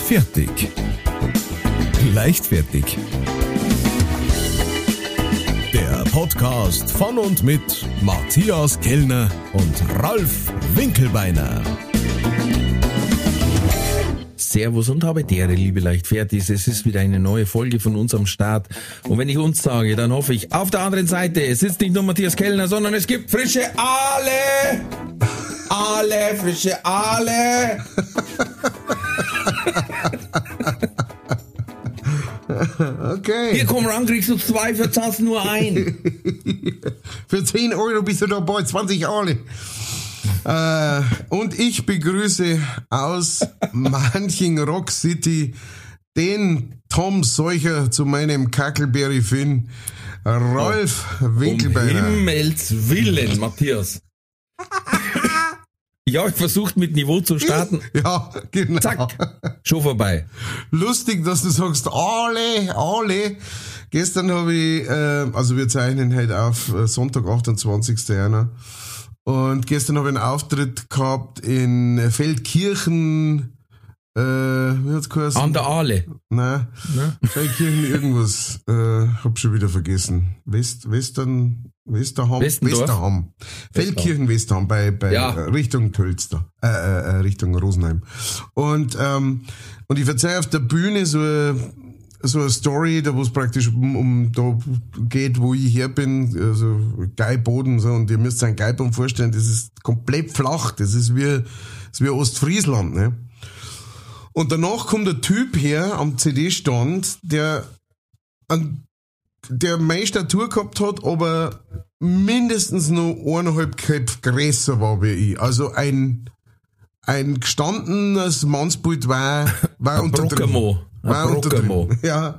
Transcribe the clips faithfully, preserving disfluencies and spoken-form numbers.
Fertig. Leichtfertig. Der Podcast von und mit Matthias Kellner und Ralf Winkelbeiner. Servus und habe Ehre, liebe Leichtfertis. Es ist wieder eine neue Folge von uns am Start. Und wenn ich uns sage, dann hoffe ich, auf der anderen Seite sitzt nicht nur Matthias Kellner, sondern es gibt frische Aale. Aale, frische Aale. Okay. Hier komm ran, kriegst du zwei, für zahlst nur ein. Für zehn Euro bist du dabei, zwanzig Aale. Äh, und ich begrüße aus Manching Rock City den Tom Seucher zu meinem Kackleberry Finn, Rolf Winkelbeiner. Um Himmels Willen, Matthias. Ja, ich versucht mit Niveau zu starten. Ja, genau. Zack, schon vorbei. Lustig, dass du sagst, alle, alle. Gestern habe ich, äh, also wir zeichnen heute auf äh, Sonntag, achtundzwanzigsten Januar. Und gestern habe ich einen Auftritt gehabt in Feldkirchen, äh, wie hat's geheißen? An der Aale. Nein, Ne? Feldkirchen irgendwas, äh, hab schon wieder vergessen. West, Western, Westerham? Westendorf? Westerham. Feldkirchen, Westerham, bei, bei Ja. äh, Richtung Tölster, äh, äh, Richtung Rosenheim. Und, ähm, und ich verzeihe auf der Bühne so eine, so eine Story, da wo es praktisch um, um da geht, wo ich her bin, also Geiboden, so, und ihr müsst euch einen Geiboden vorstellen, das ist komplett flach, das ist wie, das ist wie Ostfriesland, ne? Und danach kommt der Typ her am C D-Stand, der an, der meine Statur gehabt hat, aber mindestens noch eineinhalb Köpfe größer war wie ich. Also ein, ein gestandenes Mannsbild war, war unter drin. War Ein unter drin. Brockemo. Ja.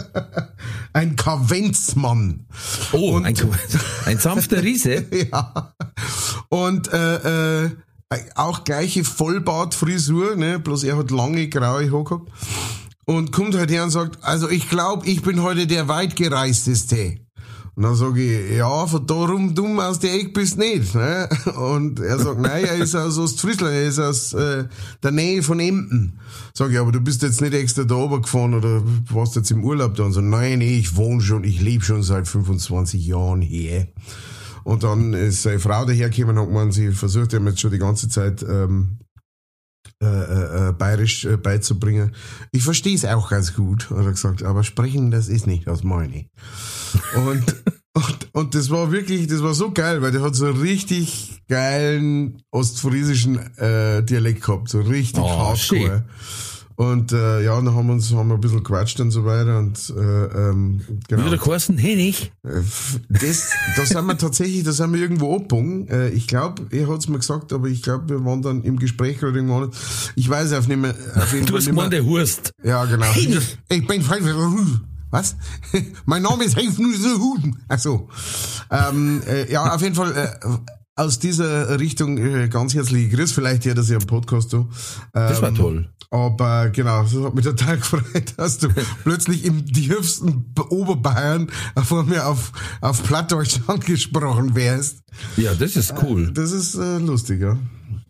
Ein Kavenzmann. Oh, Und- ein, ein sanfter Riese. Ja. Und äh, äh, auch gleiche Vollbartfrisur, ne? Bloß er hat lange graue Haare gehabt. Und kommt halt her und sagt, also ich glaube, ich bin heute der weitgereisteste. Und dann sage ich, ja, von da rum dumm aus der Ecke bist nicht. Ne? Und er sagt, nein, er ist aus Ostfriesland, er ist aus äh, der Nähe von Emden. Sag ich, aber du bist jetzt nicht extra da oben gefahren oder warst jetzt im Urlaub da? Und so, nein, nee, ich wohne schon, ich lebe schon seit fünfundzwanzig Jahren hier. Und dann ist seine Frau dahergekommen und hat gemeint, sie versucht ihm jetzt schon die ganze Zeit ähm, äh, äh, bayerisch äh, beizubringen. Ich verstehe es auch ganz gut, hat er gesagt, aber sprechen, das ist nicht das meine. Und, und, und das war wirklich, das war so geil, weil der hat so einen richtig geilen ostfriesischen äh, Dialekt gehabt, so richtig Oh, hardcore. schön. Und äh, ja, dann haben wir uns haben wir ein bisschen gequatscht und so weiter und äh, ähm, genau. Wie der Carsten Hennig. Das, da sind wir tatsächlich, da sind wir irgendwo abgebogen. Äh, ich glaube, er hat's mir gesagt, aber ich glaube, wir waren dann im Gespräch gerade irgendwann. Ich weiß auf, nicht mehr, auf jeden Du Fall hast nicht mehr. gemeint, der Hurst. Ja, genau. Hey. Ich bin was? Mein Name ist Huden. Ach so. Ähm, äh, ja, auf jeden Fall äh, aus dieser Richtung äh, ganz herzliche Grüße. Vielleicht hört das ja im Podcast so. Ähm, Das war toll. Aber genau, das hat mich total gefreut, dass du plötzlich im tiefsten Oberbayern vor mir auf, auf Plattdeutsch angesprochen wärst. Ja, das ist cool. Das ist äh, lustig, ja.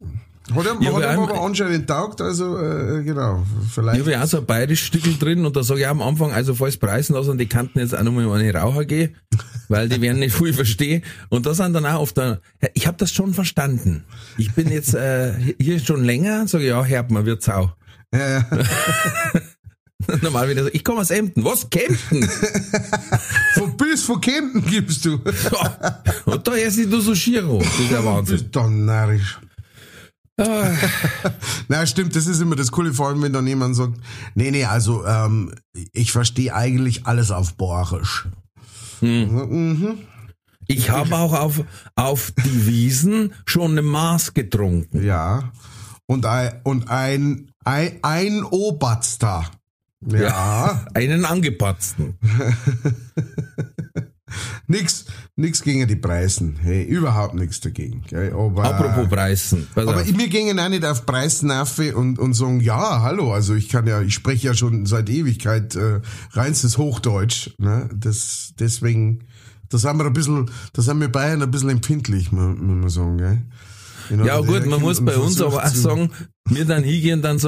Hat er, Ja, hat wir er haben- aber anscheinend taugt, also äh, genau, vielleicht. Ich habe ja auch so ein bayerisches Stückel drin und da sage ich auch am Anfang, also falls preisen lassen, die kannten jetzt auch nochmal eine Raucher gehen, weil die werden nicht viel verstehen. Und da sind dann auch oft, da, ich habe das schon verstanden. Ich bin jetzt äh, hier schon länger, sage ich, ja, hört man, wird's auch. Ja, ja. Normal wieder so, ich komme aus Emden. Was, Kempten? Von bis von Kempten gibst du. Ja. Und da ist du so Giro. Das ist ja Wahnsinn. Bist dann narrisch. Ah, Na, stimmt, das ist immer das Coole, vor allem wenn dann jemand sagt, nee, nee, also ähm, ich verstehe eigentlich alles auf Bayerisch. Mhm. ich habe auch auf, auf die Wiesen schon ein Maß getrunken. Ja. Und ein, und ein, ein, ein Obatz da. Ja. Einen angepatzten. Nix, nix gegen die Preisen. Hey, überhaupt nichts dagegen. Gell? Aber, Apropos Preisen. Pass aber auf. wir gingen auch nicht auf Preisen auf und, und sagen, ja, hallo, also ich kann ja, ich spreche ja schon seit Ewigkeit äh, reinstes Hochdeutsch. Ne? Das, deswegen, da sind wir ein bisschen, da sind wir Bayern ein bisschen empfindlich, muss man sagen. Gell? Ja gut, man muss bei uns aber auch sagen, wir dann hingehen und dann sagen,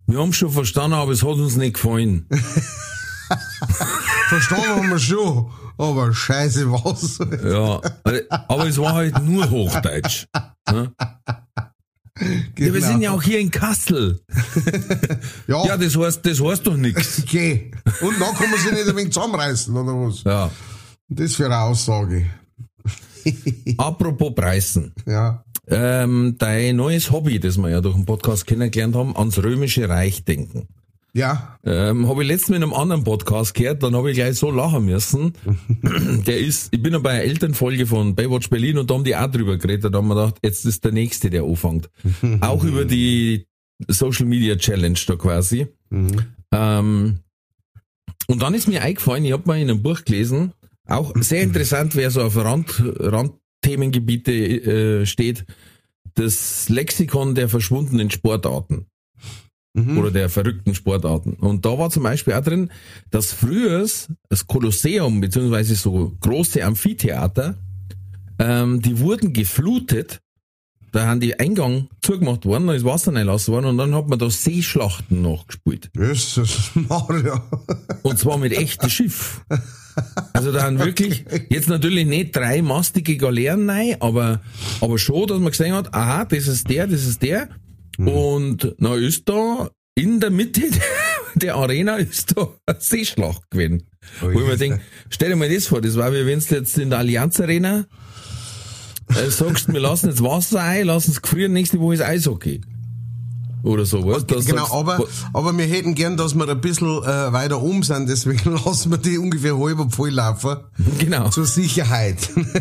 Wir haben schon verstanden, aber es hat uns nicht gefallen. Verstanden haben wir schon, aber scheiße was. Ja, aber es war halt nur Hochdeutsch. Ne? Genau. Ja, wir sind ja auch hier in Kassel. Ja, Ja, das heißt, das heißt doch nichts. okay. Und dann kann man sich nicht ein wenig zusammenreißen, oder was? Ja. Das für eine Aussage. Apropos Preisen. Ja. Ähm, dein neues Hobby, das wir ja durch den Podcast kennengelernt haben, ans Römische Reich denken. Ja. Ähm, habe ich letztens in einem anderen Podcast gehört, dann habe ich gleich so lachen müssen. Der ist, ich bin noch bei einer Elternfolge von Baywatch Berlin und da haben die auch drüber geredet, da haben wir gedacht, jetzt ist der Nächste, der anfängt. Auch über die Social Media Challenge da quasi. Mhm. Ähm, und dann ist mir eingefallen, ich habe mal in einem Buch gelesen, auch sehr interessant, wer so auf Rand, Randthemengebiete äh, steht, das Lexikon der verschwundenen Sportarten. Mhm. Oder der verrückten Sportarten. Und da war zum Beispiel auch drin, dass früher das Kolosseum, beziehungsweise so große Amphitheater, ähm, die wurden geflutet, da haben die Eingang zugemacht worden, da ist Wasser reingelassen worden und dann hat man da Seeschlachten nachgespielt. Jesus Maria. Und zwar mit echtem Schiff. Also da haben wirklich, jetzt natürlich nicht dreimastige Galeeren rein, aber, aber schon, dass man gesehen hat, aha, das ist der, das ist der. Und na ist da in der Mitte der Arena ist da eine Seeschlacht gewesen. Wo ich mir denke, stell dir mal das vor, das war wie wenn du jetzt in der Allianz Arena äh, sagst, wir lassen jetzt Wasser ein, lassen es gefrieren, nächste Woche ist Eishockey. Oder so, weißt du? Genau, sagst, aber, aber wir hätten gern, dass wir ein bisschen äh, weiter oben sind, deswegen lassen wir die ungefähr halb voll laufen. Genau. Zur Sicherheit.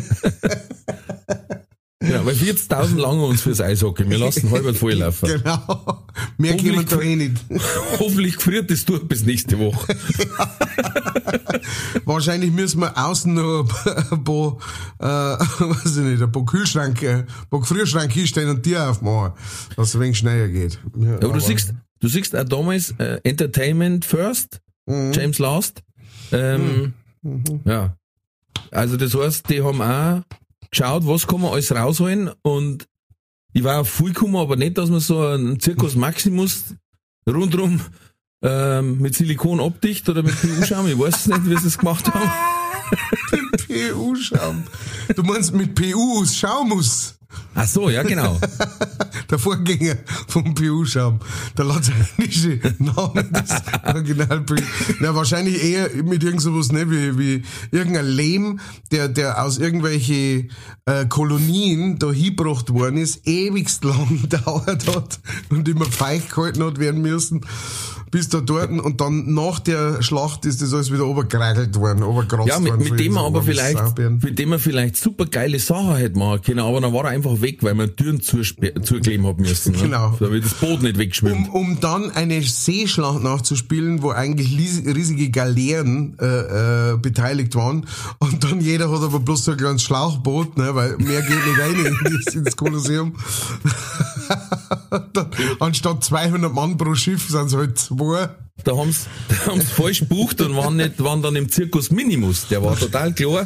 Genau, weil vierzigtausend langen uns fürs Eishockey. Wir lassen halb voll laufen. Genau. Mehr gehen wir da eh nicht. Hoffentlich gefriert das durch bis nächste Woche. Wahrscheinlich müssen wir außen noch ein paar, äh, weiß ich nicht, ein paar Kühlschränke, ein paar Gefrierschränke hinstellen und die aufmachen, dass es ein wenig schneller geht. Ja, aber, aber du siehst, du siehst auch damals äh, Entertainment First, mhm. James Last. Ähm, mhm. Ja. Also das heißt, die haben auch geschaut, was kann man alles rausholen und ich war auf viel gekommen, aber nicht, dass man so einen Circus Maximus rundrum ähm, mit Silikon abdicht oder mit P U-Schaum, ich weiß nicht, wie sie es gemacht haben. Mit P U-Schaum. Du meinst mit P U Schaumus. Ach so, ja genau. Der Vorgänger vom P U-Schaum. Der lateinische Name des Originalbilds. Na, wahrscheinlich eher mit irgend sowas, ne, wie, wie irgendein Lehm, der, der aus irgendwelche äh, Kolonien da hingebracht worden ist, ewigst lang gedauert hat und immer feucht gehalten hat werden müssen, bis da dort, und dann nach der Schlacht ist das alles wieder obergereichelt worden, obergeratzt ja, mit, worden. mit dem man aber vielleicht, mit dem man vielleicht super geile Sachen hätte machen können, aber dann war er einfach weg, weil man Türen zukleben hat müssen. Genau. Ne? Damit das Boot nicht wegschwimmt. Um, um dann eine Seeschlacht nachzuspielen, wo eigentlich riesige Galeeren äh, äh, beteiligt waren, und dann jeder hat aber bloß so ein kleines Schlauchboot, ne, weil mehr geht nicht rein in das, ins Kolosseum. Dann, anstatt zweihundert Mann pro Schiff sind es halt zwei. Da haben sie da haben's falsch gebucht und waren, nicht, waren dann im Zirkus Minimus. Der war total klar.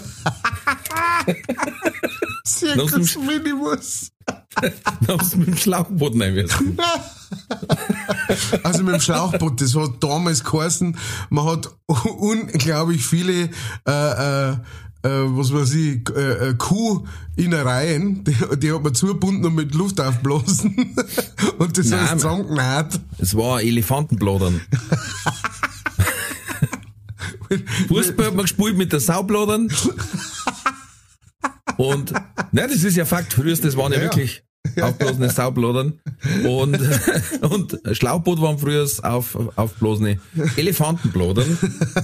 Zirkus Minimus. Da haben sie mit dem Schlauchboot rein müssen. Also mit dem Schlauchboot, das hat damals geheißen, man hat unglaublich viele äh, äh, was weiß ich, äh, äh, Kuh-Innereien, die, die hat man zugebunden und mit Luft aufblasen. Und das heißt zusammengenäht. Es war Elefantenbladern. Fußball hat man gespielt mit der Saubladern. Und, ne, das ist ja Fakt. Früher, das waren ja, ja wirklich aufblasene Saubladern. Und, und Schlauchboot waren früher auf, aufblasene Elefantenbladern.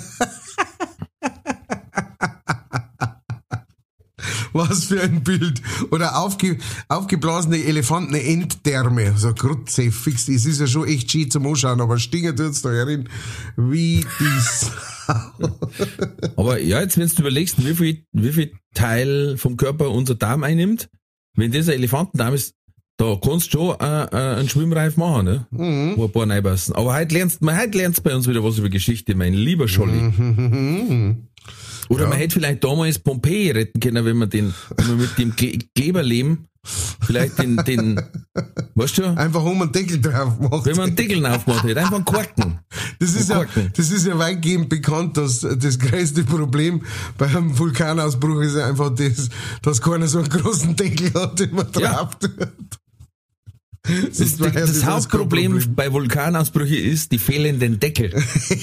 Was für ein Bild. Oder aufge, aufgeblasene Elefanten, Enddärme. So grutze, fix. Es ist ja schon echt schön zum Anschauen, aber Stinger tut's da herin wie dies. Aber ja, jetzt wenn du überlegst, wie viel, wie viel Teil vom Körper unser Darm einnimmt, wenn das ein Elefantendarm ist, da kannst du schon äh, äh, einen Schwimmreif machen, ne? Mhm. Wo ein paar reinpassen. Aber heute lernst du heute lernst bei uns wieder was über Geschichte, mein lieber Scholli. Mhm. Oder ja. Man hätte vielleicht damals Pompeji retten können, wenn man den, wenn man mit dem Kleberlehm Vielleicht den, den, weißt du? Einfach um einen Deckel drauf macht. Wenn man einen Deckel aufmacht, hat, einfach einen Korken. Das ist, ja, Korken. das ist ja weitgehend bekannt, dass das größte Problem bei einem Vulkanausbruch ist ja einfach das, dass keiner so einen großen Deckel hat, den man Ja. drauf tut. Das, Sonst das, wäre das das Hauptproblem kein Problem. bei Vulkanausbrüchen ist die fehlenden Deckel.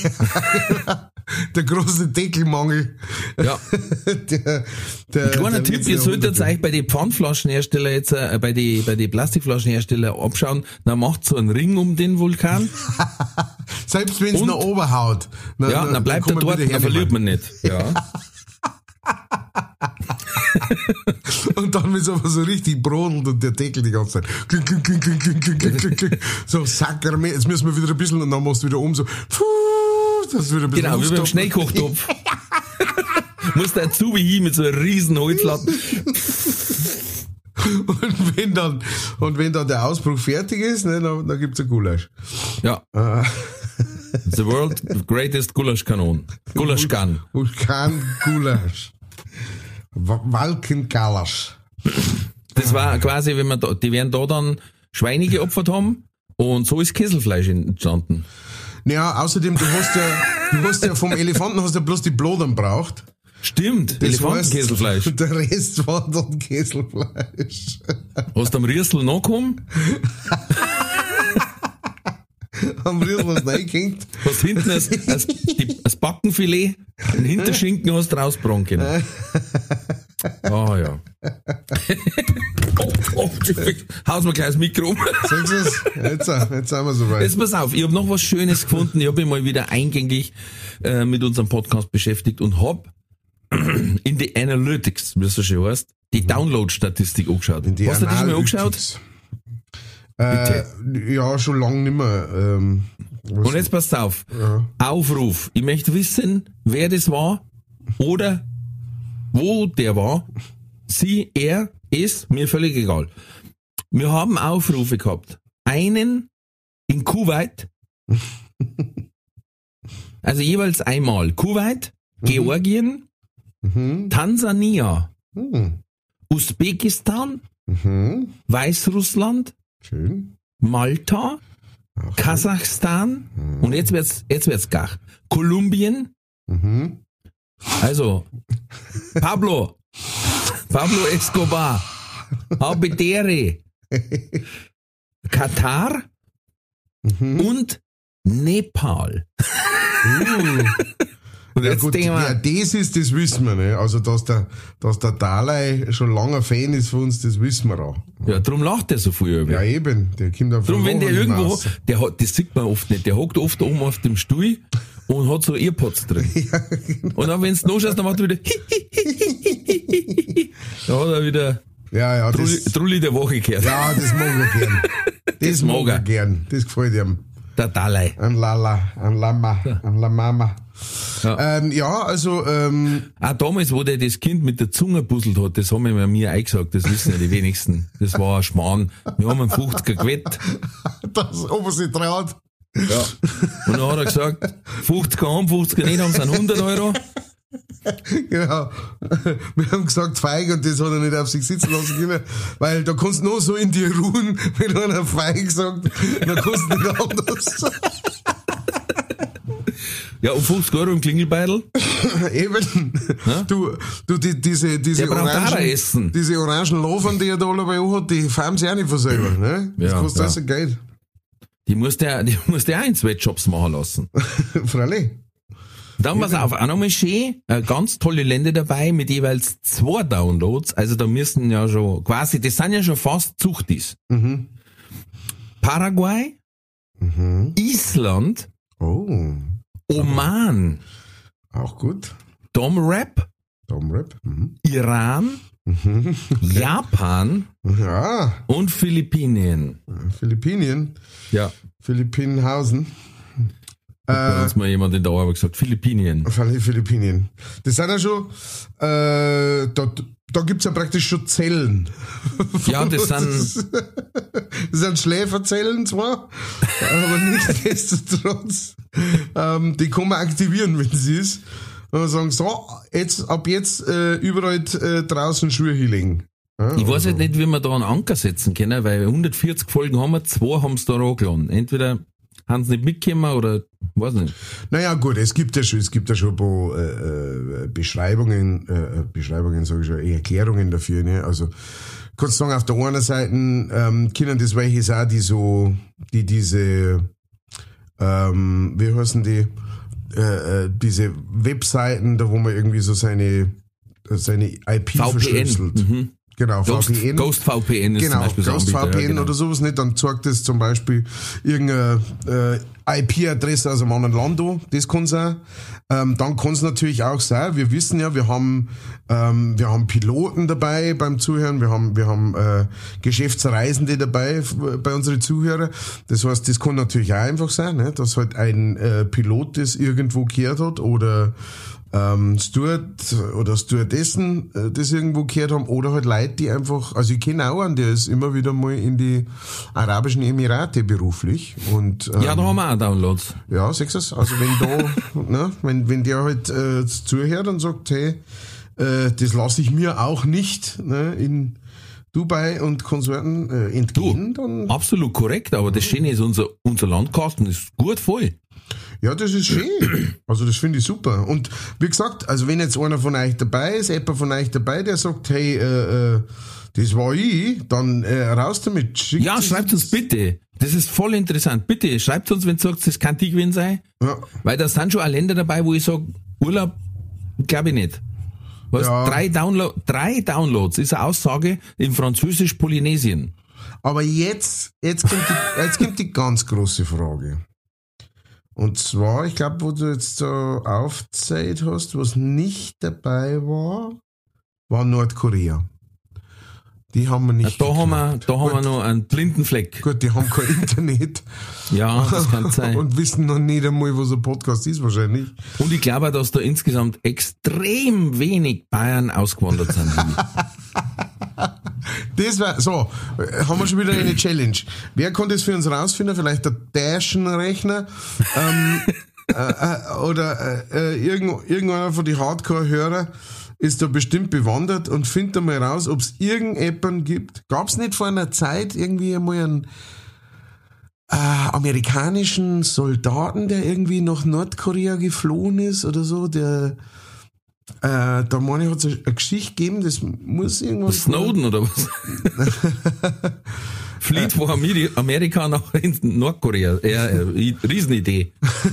Der große Deckelmangel. Ja. Der, der, Kleiner der Tipp, ihr solltet euch bei den Pfandflaschenhersteller jetzt, äh, bei die, bei die Plastikflaschenhersteller abschauen, dann macht so einen Ring um den Vulkan. Selbst wenn es Und? nach oben haut. Na, Ja, na, dann bleibt er kann man dort, wieder dann verliert hernehmen. man nicht. Ja. Und dann, wenn es aber so richtig brodelt und der Deckel die ganze Zeit. Klink, klink, klink, klink, klink, klink, klink, klink, klink. So, Sackerme, jetzt müssen wir wieder ein bisschen und dann machst du wieder um so. Puh, das ist wieder ein bisschen Genau, wie beim Luft- Schnellkochtopf. Muss der Azubi hin mit so einem riesen Holzlatten. Und wenn dann, und wenn dann der Ausbruch fertig ist, ne, dann, dann gibt's ein Gulasch. Ja. The world greatest Gulaschkanon. Gulaschkan. Vulkan-Gulasch. Wa- Walkengulasch. Das war quasi, wenn man da, die werden da dann Schweine geopfert haben und so ist Kesselfleisch entstanden. Ja, außerdem, du hast ja, du hast ja vom Elefanten hast ja bloß die Blodern braucht. Stimmt, Das Elefantenkesselfleisch. heißt, der Rest war dann Kesselfleisch. Hast du am Riersel nachgekommen? Am Riesel was reingehängt. Hast hinten das, das, die, das Backenfilet, den Hinterschinken hast du rausbringen können. Ah, ja. oh, oh, haus mir gleich das Mikro um. Sagst du's? Jetzt, jetzt sind wir soweit. Jetzt pass auf, ich habe noch was Schönes gefunden. Ich habe mich mal wieder eingängig äh, mit unserem Podcast beschäftigt und hab in die Analytics, wie es so schön heißt, die Download-Statistik angeschaut. In die Hast du das mal angeschaut? Analytics. Äh, ja, schon lang nicht mehr. Ähm, was- Und jetzt passt auf. Ja. Aufruf. Ich möchte wissen, wer das war oder wo der war. Sie, er, es, mir völlig egal. Wir haben Aufrufe gehabt. Einen in Kuwait. Also jeweils einmal. Kuwait, Georgien, Mhm. Tansania, Mhm. Usbekistan, Mhm. Weißrussland, Schön. Malta, Auch Kasachstan und jetzt wird's, jetzt wird's gar. Kolumbien, Mhm. also Pablo, Pablo Escobar, Abedere, Katar Mhm. und Nepal. Uh. Und Ja jetzt gut, denken wir, ja, das ist, das wissen wir, ne? Also, dass der, dass der Dalai schon langer Fan ist von uns, das wissen wir auch. ja, drum lacht er so viel über. Ja, eben, der kommt auf Drum, wenn der Lachen irgendwo, hinaus. der hat, das sieht man oft nicht, der hockt oft oben auf dem Stuhl und hat so Earpods drin. Und dann, wenn du nachschaust, dann macht er wieder, da hat er wieder Ja, ja, Trulli, das, Trulli der Woche gehört. ja, das mag er gern. Das, Das mag mag er er. gern. Das gefällt ihm. Der Dalai. An Lala, an Lama, an La Mama. Ja. Ähm, ja, also, ähm, Auch damals, wo der das Kind mit der Zunge puzzelt hat, das haben wir mir eingesagt, das wissen ja die wenigsten. Das war ein Schmarrn. Wir haben einen fünfziger gewettet. das, ob er sich traut. Ja. Und dann hat er gesagt, fünfziger haben, fünfziger nicht haben, sind hundert Euro. Genau. Wir haben gesagt, feig, und das hat er nicht auf sich sitzen lassen können, weil da kannst du nur so in dir ruhen, wenn einer feig sagt, dann kannst du nicht anders. Ja, und fünfzig Euro im Klingelbeutel. Eben. Du, du, die, diese, diese Der braucht auch Orangen, Essen. diese orangen Lofern, die er da alle bei hat, die farben sich auch nicht von selber, ne? Das Ja, kostet ja. also Geld. Die musst du, die musst du auch in Sweatshops machen lassen. Freilich. Dann pass auf, auch nochmal schön, äh, ganz tolle Länder dabei mit jeweils zwei Downloads. Also da müssen ja schon, quasi, das sind ja schon fast Zuchtis. Mhm. Paraguay, Mhm. Island, Oh. Oman, Auch gut. Domrep, Domrep. Mhm. Iran, Mhm. Japan Ja. und Philippinen. Philippinen. Ja, Philippinenhausen. bei Äh, uns mal jemand in der Arbeit gesagt, Philippinen. Philippinen. Das sind ja schon, äh, da, da gibt's ja praktisch schon Zellen. Ja, das sind, Das sind Schläferzellen zwar, aber nichtsdestotrotz, ähm, die kann man aktivieren, wenn sie ist. Und sagen, so, jetzt, ab jetzt, äh, überall äh, draußen Schuhe hinlegen. Ja, ich weiß also. halt nicht, wie wir da einen Anker setzen können, weil hundertvierzig Folgen haben wir, zwei haben es da angeladen. Entweder haben sie nicht mitgekommen oder, weiß nicht. Naja, gut, es gibt ja schon, es gibt ja schon ein paar äh, Beschreibungen, äh, Beschreibungen, sage ich schon, Erklärungen dafür, ne? Also, kannst du sagen, auf der einen Seite, ähm, können das welche sein, die so, die diese, ähm, wie heißen die, äh, diese Webseiten, da wo man irgendwie so seine, seine I P V P N. verschlüsselt. Mhm. Genau, Ghost, V P N. Ghost V P N ist Genau, zum Beispiel so ein Ghost Anbieter, V P N ja, genau. oder sowas nicht, dann zeigt das zum Beispiel irgendeine äh, I P-Adresse aus einem anderen Land an, das kann sein. Ähm, dann kann es natürlich auch sein, wir wissen ja, wir haben ähm, wir haben Piloten dabei beim Zuhören, wir haben wir haben äh, Geschäftsreisende dabei f- bei unseren Zuhörern. Das heißt, das kann natürlich auch einfach sein, ne, dass halt ein äh, Pilot das irgendwo gehört hat oder ähm, Steward oder Stewardessen äh, das irgendwo gehört haben oder halt Leute, die einfach, also ich kenne auch einen, der ist immer wieder mal in die Arabischen Emirate beruflich und ähm, Ja, da haben wir auch Downloads. ja, sechs es. Also wenn da, ne, wenn wenn der halt äh, zuhört und sagt, hey, äh, das lasse ich mir auch nicht, ne, in Dubai und Konsorten äh, entgehen, dann Absolut korrekt, aber das Schöne ist, unser, unser Landkasten ist gut voll. ja, das ist schön. Also das finde ich super. Und wie gesagt, also wenn jetzt einer von euch dabei ist, jemand von euch dabei, der sagt, hey, äh, äh, das war ich, dann äh, raus damit. Schickt Ja, es- schreibt uns bitte. Das ist voll interessant. Bitte, schreibt uns, wenn ihr sagt, das kann die gewesen sein. Ja. Weil da sind schon auch Länder dabei, wo ich sage, Urlaub, glaube ich nicht. Was? Ja. Drei, Download, drei Downloads ist eine Aussage in Französisch-Polynesien. Aber jetzt, jetzt kommt die, jetzt kommt die ganz große Frage. Und zwar, ich glaube, wo du jetzt so aufgezählt hast, was nicht dabei war, war Nordkorea. Die haben wir nicht. Da haben wir, geknackt. da haben wir Gut, noch einen blinden Fleck. gut, die haben kein Internet Ja, das kann sein. und wissen noch nicht einmal, was ein Podcast ist wahrscheinlich. Und ich glaube auch, dass da insgesamt extrem wenig Bayern ausgewandert sind. Das war, so, äh, haben wir schon wieder eine Challenge. Wer kann das für uns rausfinden? Vielleicht der Taschenrechner, ähm, äh, äh, oder äh, äh, irgend, irgendeiner von den Hardcore-Hörer ist da bestimmt bewandert und findet mal raus, ob es irgendjemanden gibt. Gab es nicht vor einer Zeit irgendwie einmal einen äh, amerikanischen Soldaten, der irgendwie nach Nordkorea geflohen ist oder so, der äh, da meine ich, hat es eine Geschichte gegeben, das muss irgendwann... Snowden oder was? Flieht von Ameri- Amerika nach Nordkorea. Ja, äh, Riesenidee.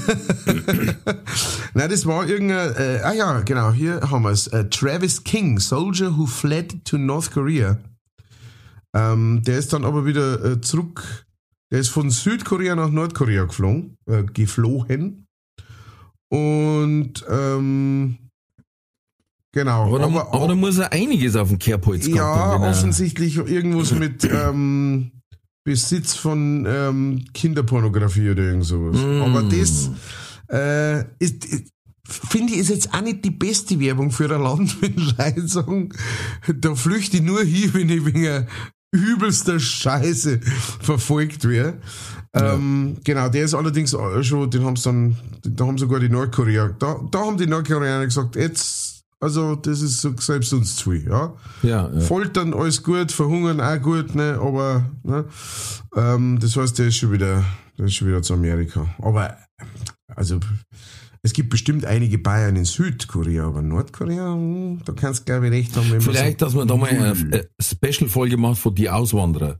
Nein, das war irgendein, äh, ah ja, genau, hier haben wir es. Äh, Travis King, Soldier who fled to North Korea. Ähm, der ist dann aber wieder äh, zurück, der ist von Südkorea nach Nordkorea geflogen, äh, geflohen. Und, ähm, genau. Aber, da, aber da muss er einiges auf dem Kerbholz gehabt ja, haben, wenn er- offensichtlich irgendwas mit ähm, Besitz von ähm, Kinderpornografie oder irgend sowas. Mm. Aber das äh, ist, ist finde ich, ist jetzt auch nicht die beste Werbung für ein Land, wenn Leute sagen, da flüchte ich nur hin, wenn ich wegen übelster Scheiße verfolgt werde. Ja. Ähm, genau, der ist allerdings auch schon, den haben sie dann, da haben sogar die Nordkorea, da, da haben die Nordkoreaner gesagt, jetzt, also das ist so selbst uns zu viel, ja. Ja, ja. Foltern, alles gut, verhungern auch gut, ne, aber, ne, ähm, das heißt, der ist schon wieder, der ist schon wieder zu Amerika. Aber, also, es gibt bestimmt einige Bayern in Südkorea, aber Nordkorea, hm, da kannst du, glaube ich, recht haben, wenn man Vielleicht, sagt, dass man da mal eine, null. eine Special-Folge macht von die Auswanderer.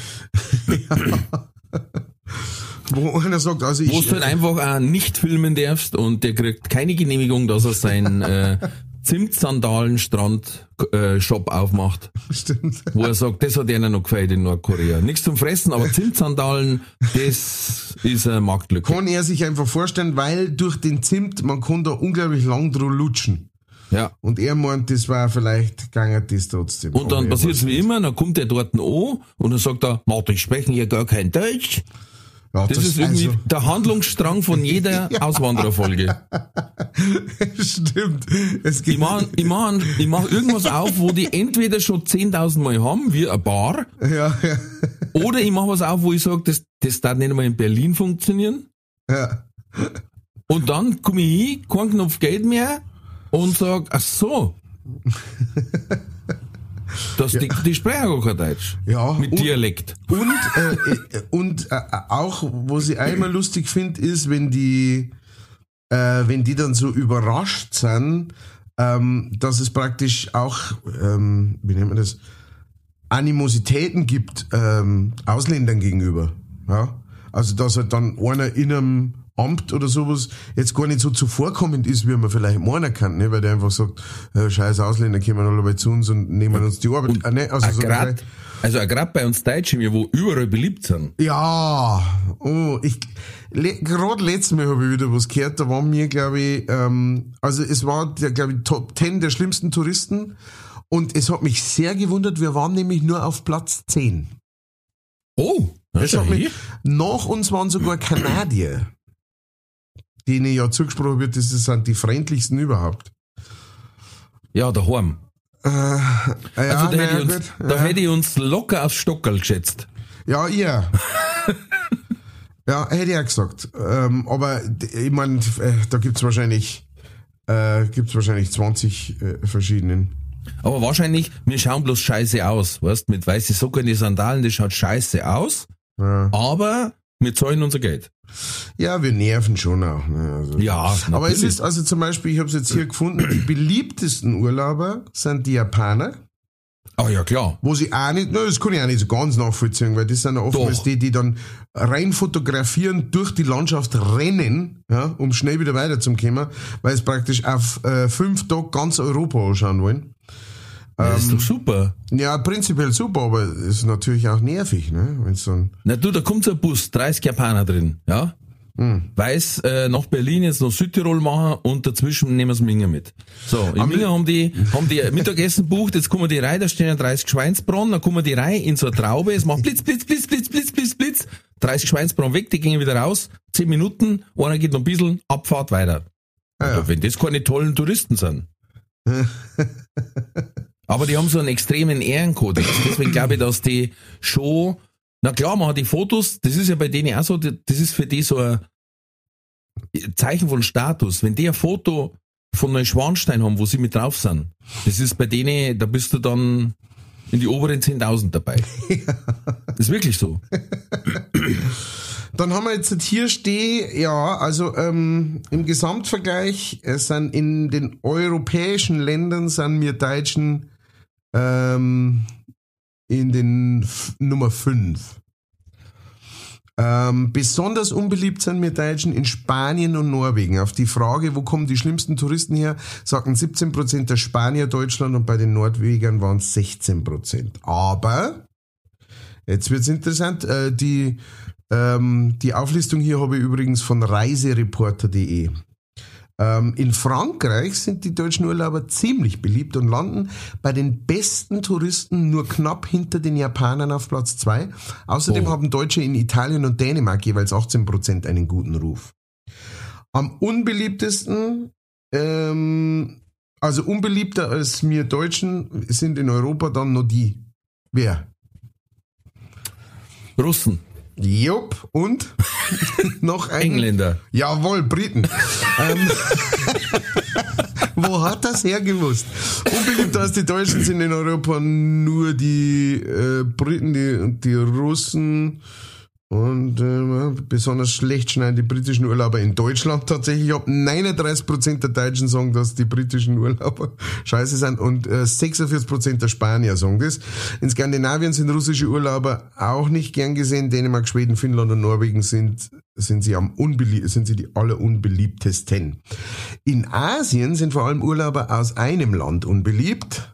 Wo einer sagt, also ich, Wo du halt einfach auch nicht filmen darfst und der kriegt keine Genehmigung, dass er seinen äh, Zimtsandalen-Strand-Shop aufmacht. stimmt. Wo er sagt, das hat einer noch gefällt in Nordkorea. Nichts zum Fressen, aber Zimtsandalen, das ist eine Marktlücke. Kann er sich einfach vorstellen, weil durch den Zimt, man kann da unglaublich lang dran lutschen. Ja. Und er meint, das war vielleicht gegangen, das trotzdem. Und dann Aber er passiert's weiß wie nicht. immer, dann kommt er dort an und dann sagt er, Martin, ich sprechen hier gar kein Deutsch. Ja, Das ist irgendwie also, der Handlungsstrang von jeder Auswandererfolge. stimmt. Es Ich gibt, mach, ich mach, ich mach irgendwas auf, wo die entweder schon zehntausend Mal haben, wie ein Bar, ja, ja, oder ich mach was auf, wo ich sage, das, das darf nicht einmal in Berlin funktionieren. ja. Und dann komme ich hin, kein Knopf Geld mehr und sag, ach so. Das, die, die sprechen auch kein Deutsch. Ja. Mit und, Dialekt. Und, äh, und äh, auch, was ich einmal lustig finde, ist, wenn die, äh, wenn die dann so überrascht sind, ähm, dass es praktisch auch, ähm, wie nennt man das, Animositäten gibt ähm, Ausländern gegenüber. Ja? Also dass halt dann einer in einem Amt oder sowas jetzt gar nicht so zuvorkommend ist, wie man vielleicht meinen kann, ne? Weil der einfach sagt, äh, scheiß Ausländer, kommen alle bei zu uns und nehmen uns die Arbeit. Und äh, ne? Also, so grad, also gerade bei uns Deutschen, wir wo überall beliebt sind. ja, oh, ich le, gerade letztes Mal habe ich wieder was gehört, da waren wir, glaube ich, ähm, also es war, glaube ich, Top zehn der schlimmsten Touristen und es hat mich sehr gewundert, wir waren nämlich nur auf Platz zehn. Oh, das Das hat ist mich, nach uns waren sogar Kanadier, denen ja zugesprochen wird, das sind die freundlichsten überhaupt. Ja, daheim. Äh, ja, Also da, naja, hätte ich uns, gut, da ja. hätte ich uns locker aufs Stockerl geschätzt. Ja, ihr. Ja, hätte ich auch gesagt. Ähm, aber d- ich meine, äh, da gibt's wahrscheinlich, äh, gibt's wahrscheinlich zwanzig äh, verschiedenen. Aber wahrscheinlich, wir schauen bloß scheiße aus, weißt, mit weiße Socken in die Sandalen, das schaut scheiße aus, Ja, aber wir zahlen unser Geld. ja wir nerven schon auch. Ne? Also. Ja, Aber es natürlich. ist also zum Beispiel, ich habe es jetzt hier gefunden, die beliebtesten Urlauber sind die Japaner. Ah ja, klar. Wo sie auch nicht, na, das kann ich auch nicht so ganz nachvollziehen, weil das sind ja oftmals Doch. die, die dann rein fotografieren, durch die Landschaft rennen, ja, um schnell wieder weiterzukommen, weil es praktisch auf äh, fünf Tage ganz Europa anschauen wollen. Das ist doch super. Ja, prinzipiell super, aber es ist natürlich auch nervig, ne? Wenn's dann, Na du, da kommt so ein Bus, dreißig Japaner drin, ja? hm. Weiß, äh, nach Berlin jetzt noch Südtirol machen und dazwischen nehmen sie Minger mit. So, in Aber- Minger haben die, haben die Mittagessen bucht, jetzt kommen die rein, da stehen ja dreißig Schweinsbraten, dann kommen die rein in so eine Traube, es macht Blitz, Blitz, Blitz, Blitz, Blitz, Blitz, Blitz, dreißig Schweinsbraten weg, die gehen wieder raus, zehn Minuten, einer geht noch ein bisschen, Abfahrt weiter. Ah, ja. Also, wenn das keine tollen Touristen sind. Aber die haben so einen extremen Ehrenkodex. Deswegen glaube ich, dass die schon, na klar, machen die Fotos, das ist ja bei denen auch so, das ist für die so ein Zeichen von Status. Wenn die ein Foto von Neuschwanstein haben, wo sie mit drauf sind, das ist bei denen, da bist du dann in die oberen zehntausend dabei. Das ist wirklich so. Dann haben wir jetzt hier stehen, ja, also ähm, im Gesamtvergleich äh, sind in den europäischen Ländern sind wir Deutschen ähm, in den F- Nummer fünf. Ähm, besonders unbeliebt sind wir Deutschen in Spanien und Norwegen. Auf die Frage, wo kommen die schlimmsten Touristen her, sagten siebzehn Prozent der Spanier Deutschland und bei den Norwegern waren es sechzehn Prozent. Aber, jetzt wird's interessant, äh, die, ähm, die Auflistung hier habe ich übrigens von reisereporter punkt de. Ähm, in Frankreich sind die deutschen Urlauber ziemlich beliebt und landen bei den besten Touristen nur knapp hinter den Japanern auf Platz zwei. Außerdem Oh. haben Deutsche in Italien und Dänemark jeweils achtzehn Prozent einen guten Ruf. Am unbeliebtesten, ähm, also unbeliebter als wir Deutschen sind in Europa dann noch die. Wer? Russen, Jupp, und? Noch ein Engländer. Jawohl, Briten. ähm, wo hat das hergewusst? Unbeliebter als die Deutschen sind in Europa nur die äh, Briten die, und die Russen. Und äh, besonders schlecht schneiden die britischen Urlauber in Deutschland tatsächlich ab. neununddreißig Prozent der Deutschen sagen, dass die britischen Urlauber scheiße sind und äh, sechsundvierzig Prozent der Spanier sagen das. In Skandinavien sind russische Urlauber auch nicht gern gesehen. Dänemark, Schweden, Finnland und Norwegen sind, sind sie am unbelie- sind sie die allerunbeliebtesten. In Asien sind vor allem Urlauber aus einem Land unbeliebt.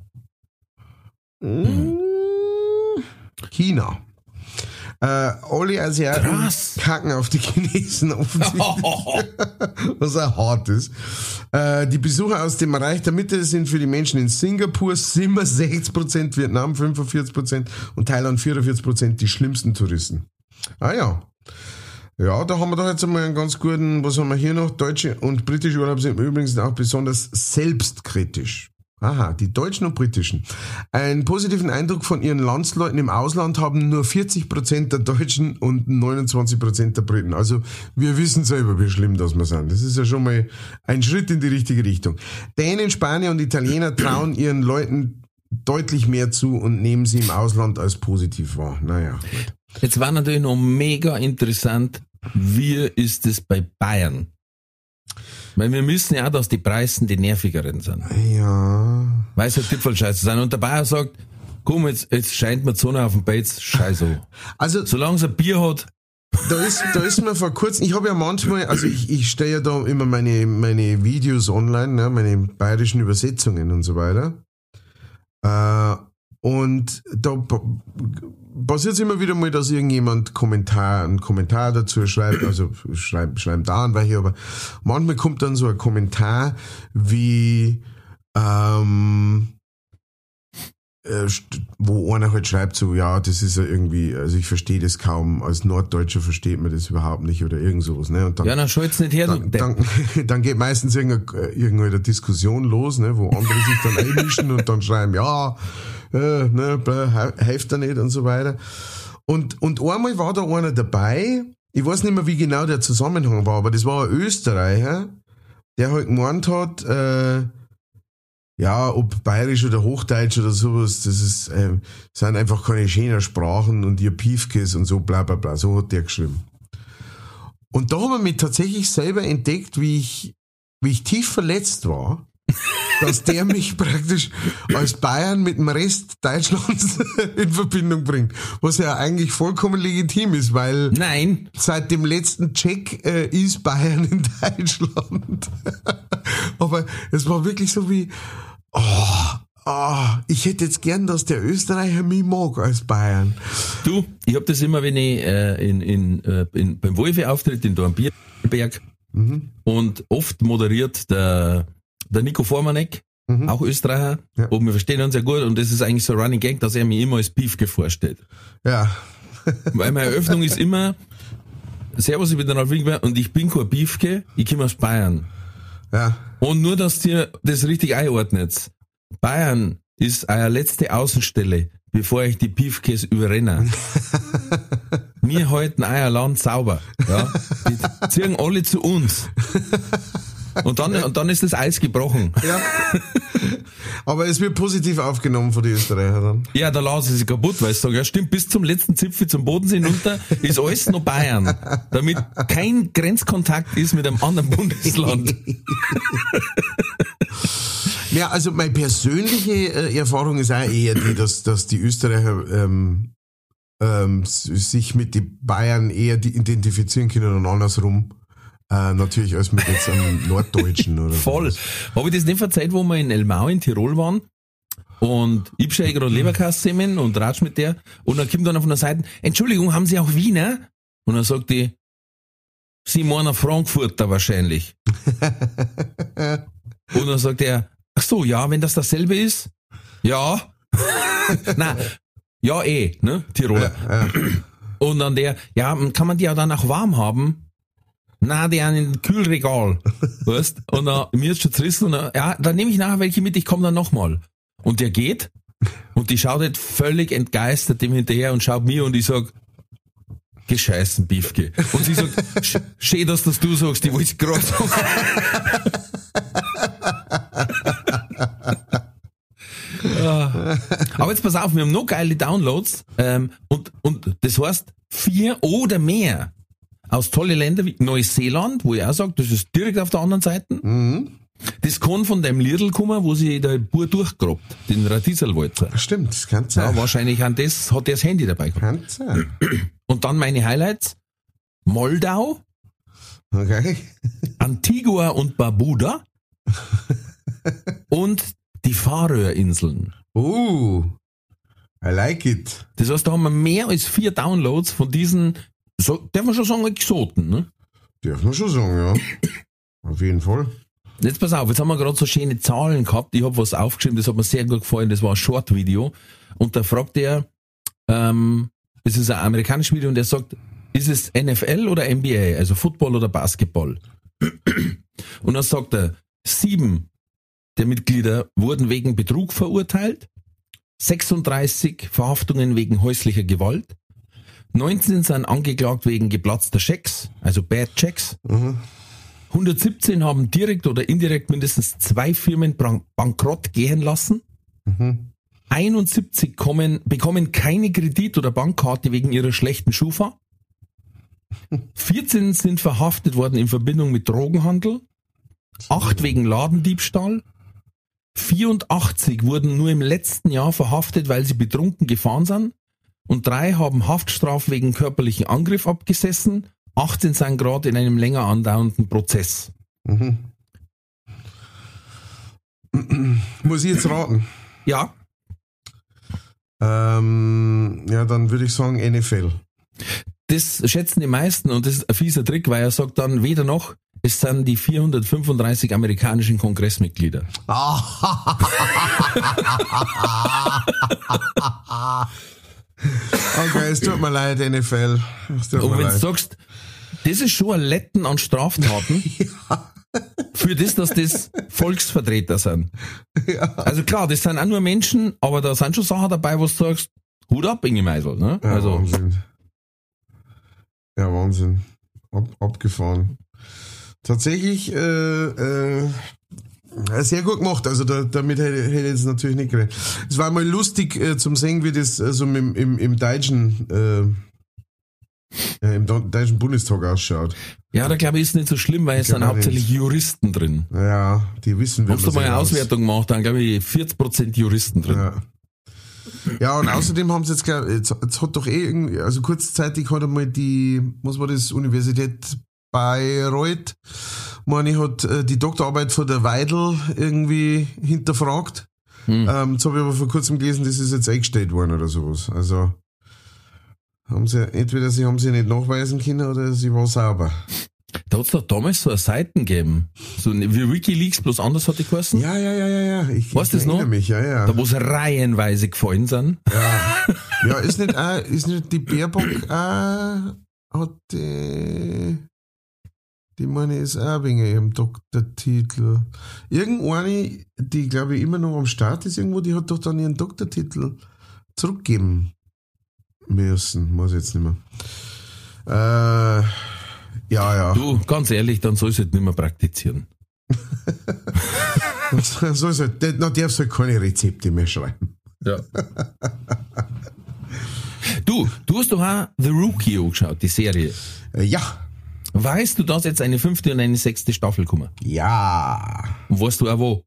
Hm. China. Äh, alle Asiaten Krass. kacken auf die Chinesen offensichtlich, was auch hart ist. Äh, die Besucher aus dem Reich der Mitte sind für die Menschen in Singapur siebenundsechzig Prozent, Vietnam fünfundvierzig Prozent und Thailand vierundvierzig Prozent die schlimmsten Touristen. Ah ja. Ja, da haben wir doch jetzt einmal einen ganz guten, was haben wir hier noch? Deutsche und britische Urlaub sind übrigens auch besonders selbstkritisch. Aha, die Deutschen und Britischen. Einen positiven Eindruck von ihren Landsleuten im Ausland haben nur vierzig Prozent der Deutschen und neunundzwanzig Prozent der Briten. Also wir wissen selber, wie schlimm das wir sind. Das ist ja schon mal ein Schritt in die richtige Richtung. Dänen, Spanier und Italiener trauen ihren Leuten deutlich mehr zu und nehmen sie im Ausland als positiv wahr. Naja, gut. Jetzt war natürlich noch mega interessant, wie ist es bei Bayern? Weil wir müssen ja auch, dass die Preisen die nervigeren sind. Ja. Weil es halt Gipfelscheiße sind. Und der Bayer sagt, komm, jetzt, jetzt scheint mir die Sonne auf dem Beiz, scheiße. Also, solange es ein Bier hat. Da ist, da ist mir vor kurzem, ich habe ja manchmal, also ich, ich stelle ja da immer meine, meine Videos online, ne, meine bayerischen Übersetzungen und so weiter. Äh, und da passiert es immer wieder mal, dass irgendjemand Kommentar, einen Kommentar dazu schreibt, also schreiben, schreiben da an welche, aber manchmal kommt dann so ein Kommentar wie, ähm, wo einer halt schreibt so, ja, das ist ja irgendwie, also ich verstehe das kaum, als Norddeutscher versteht man das überhaupt nicht oder irgend sowas, ne? Und dann, ja, dann schalt's nicht her, dann, dann, dann geht meistens irgendeine, irgendeine Diskussion los, ne, wo andere sich dann einmischen und dann schreiben, ja, äh, ne, hilft da nicht und so weiter. Und, und einmal war da einer dabei, ich weiß nicht mehr, wie genau der Zusammenhang war, aber das war ein Österreicher, der halt gemeint hat, äh, ja, ob Bayerisch oder Hochdeutsch oder sowas, das ist, ähm, sind einfach keine schönen Sprachen und ihr Piefkes und so, bla bla bla, so hat der geschrieben. Und da habe ich mich tatsächlich selber entdeckt, wie ich, wie ich tief verletzt war, dass der mich praktisch als Bayern mit dem Rest Deutschlands in Verbindung bringt. Was ja eigentlich vollkommen legitim ist, weil nein, seit dem letzten Check äh, ist Bayern in Deutschland. Aber es war wirklich so wie, oh, oh, ich hätte jetzt gern, dass der Österreicher mich mag als Bayern. Du, ich hab das immer, wenn ich äh, in, in, äh, in, beim Wolfi-Auftritt in Dornbirnberg mhm. und oft moderiert der der Nico Formanek, mhm. auch Österreicher, ja. Und wir verstehen uns ja gut und das ist eigentlich so ein Running Gag, dass er mir immer als Piefke vorstellt. Ja. Weil meine Eröffnung ist immer, Servus, ich bin der Ralf Winkelbeiner und ich bin kein Piefke, ich komme aus Bayern. Ja. Und nur, dass ihr das richtig einordnet. Bayern ist eure letzte Außenstelle, bevor ich die Piefkes überrenne. Wir halten euer Land sauber. Ja? Die ziehen alle zu uns. Und dann, und dann ist das Eis gebrochen. Ja. Aber es wird positiv aufgenommen von den Österreichern dann. Ja, da lassen sie sich kaputt, weil sie sagen, ja stimmt, bis zum letzten Zipfel zum Bodensee runter ist alles noch Bayern. Damit kein Grenzkontakt ist mit einem anderen Bundesland. Ja, also meine persönliche äh, Erfahrung ist auch eher die, dass, dass die Österreicher ähm, ähm, sich mit den Bayern eher identifizieren können und andersrum. Äh, natürlich als mit jetzt einem Norddeutschen oder so. Voll. Habe ich das nicht verzeiht, wo wir in Elmau in Tirol waren und ich bestelle gerade Leberkassemmeln und ratsch mit der und dann kommt dann von der Seite, Entschuldigung, haben Sie auch Wiener? Und dann sagt die, Sie meinen Frankfurter wahrscheinlich. Und dann sagt er, ach so, ja, wenn das dasselbe ist? Ja. Nein, ja eh, ne, Tiroler. Ja, ja. Und dann der, ja, kann man die ja dann auch warm haben? Na, die haben ein Kühlregal, weißt? Und dann, mir ist schon zerrissen und dann, ja, dann nehme ich nachher welche mit, ich komme dann nochmal. Und der geht und die schaut halt völlig entgeistert dem hinterher und schaut mir und ich sag, gescheißen Biefke. Und sie sagt, schön, dass das du sagst, die wollte ich gerade sagen. Aber jetzt pass auf, wir haben noch geile Downloads ähm, und, und das heißt vier oder mehr. Aus tolle Länder wie Neuseeland, wo ich auch sage, das ist direkt auf der anderen Seite. Mhm. Das kann von dem Liedl kommen, wo sie der Bur durchgrabt, den Radieselwalzer. Stimmt, das kann sein. Ja, wahrscheinlich an das hat der das Handy dabei gehabt. Kann sein. Und dann meine Highlights. Moldau. Okay. Antigua und Barbuda. Und die Färöerinseln. Uh, I like it. Das heißt, da haben wir mehr als vier Downloads von diesen, so, darf man schon sagen, Exoten, ne? Darf man schon sagen, ja. Auf jeden Fall. Jetzt pass auf, jetzt haben wir gerade so schöne Zahlen gehabt. Ich habe was aufgeschrieben, das hat mir sehr gut gefallen. Das war ein Short-Video. Und da fragt er, ähm, das ist ein amerikanisches Video und er sagt, ist es N F L oder N B A, also Football oder Basketball? Und dann sagt er, sieben der Mitglieder wurden wegen Betrug verurteilt, sechsunddreißig Verhaftungen wegen häuslicher Gewalt, neunzehn sind angeklagt wegen geplatzter Schecks, also Bad Checks, Mhm. hundertsiebzehn haben direkt oder indirekt mindestens zwei Firmen bankrott gehen lassen, Mhm. einundsiebzig kommen, bekommen keine Kredit- oder Bankkarte wegen ihrer schlechten Schufa. vierzehn sind verhaftet worden in Verbindung mit Drogenhandel. acht wegen Ladendiebstahl. vierundachtzig wurden nur im letzten Jahr verhaftet, weil sie betrunken gefahren sind. Und drei haben Haftstrafen wegen körperlichen Angriff abgesessen. achtzehn sind gerade in einem länger andauernden Prozess. Mhm. Muss ich jetzt raten? Ja. Ähm, ja, dann würde ich sagen N F L. Das schätzen die meisten und das ist ein fieser Trick, weil er sagt dann weder noch, es sind die vierhundertfünfunddreißig amerikanischen Kongressmitglieder. Okay, es tut mir leid, N F L. Es tut Und mir wenn du leid. sagst, das ist schon ein Letten an Straftaten, Ja. für das, dass das Volksvertreter sind. Ja. Also klar, das sind auch nur Menschen, aber da sind schon Sachen dabei, wo du sagst, Hut ab, Inge Meisel. Ne? Ja, Also, Wahnsinn. Ja, Wahnsinn. Ab, abgefahren. Tatsächlich, äh, äh, sehr gut gemacht. Also da, damit hätte, hätte ich jetzt natürlich nicht gerechnet. Es war mal lustig äh, zum sehen, wie das äh, so im, im, im deutschen, äh, ja, im deutschen Bundestag ausschaut. ja, da glaube ich, ist nicht so schlimm, weil es Ich sind glaub auch hauptsächlich Juristen drin. Ja, die wissen, Hast du sie mal eine raus- Auswertung gemacht, dann glaube ich vierzig Prozent Juristen drin. Ja. Ja, und außerdem haben sie jetzt, glaub, jetzt, jetzt hat doch eh irgendwie, also kurzzeitig hat einmal die, was war das, Universität Bayreuth, meine ich, hat äh, die Doktorarbeit von der Weidel irgendwie hinterfragt. Hm. Ähm, jetzt habe ich aber vor kurzem gelesen, das ist jetzt eingestellt worden oder sowas. Also haben sie, entweder sie haben sie nicht nachweisen können oder sie war sauber. Da hat es doch damals so eine Seiten gegeben, so eine- wie Wikileaks, bloß anders hat die geheißen. Ja, ja, ja, ja, ja. Ich, Weißt ich du das noch? erinnere mich, ja, ja. Da wo es reihenweise gefallen sind. Ja, ja ist, nicht auch, ist nicht die Baerbock auch, hat die, die meine ist auch wegen ihrem Doktortitel. Irgendeine, die glaube ich immer noch am Start ist irgendwo, die hat doch dann ihren Doktortitel zurückgeben müssen, muss ich jetzt nicht mehr. Äh, ja, ja. Du, ganz ehrlich, dann soll es halt nicht mehr praktizieren. So ist halt, dann darfst du halt keine Rezepte mehr schreiben. Ja. Du, du hast doch auch The Rookie angeschaut, die Serie. Äh, ja. Weißt du, dass jetzt eine fünfte und eine sechste Staffel kommen? Ja. Und weißt du auch wo?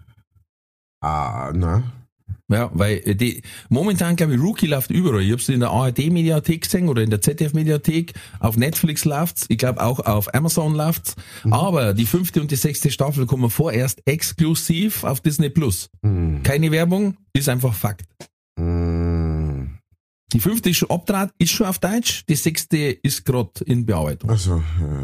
Ah, na. Ja, weil äh, die momentan, glaube ich, Rookie läuft überall. Ich hab's in der A R D-Mediathek gesehen oder in der Z D F-Mediathek. Auf Netflix läuft's. Ich glaube auch auf Amazon läuft's. Mhm. Aber die fünfte und die sechste Staffel kommen vorerst exklusiv auf Disney Plus. Mhm. Keine Werbung, ist einfach Fakt. Mhm. Die fünfte ist schon abgedreht, ist schon auf Deutsch. Die sechste ist gerade in Bearbeitung. Also,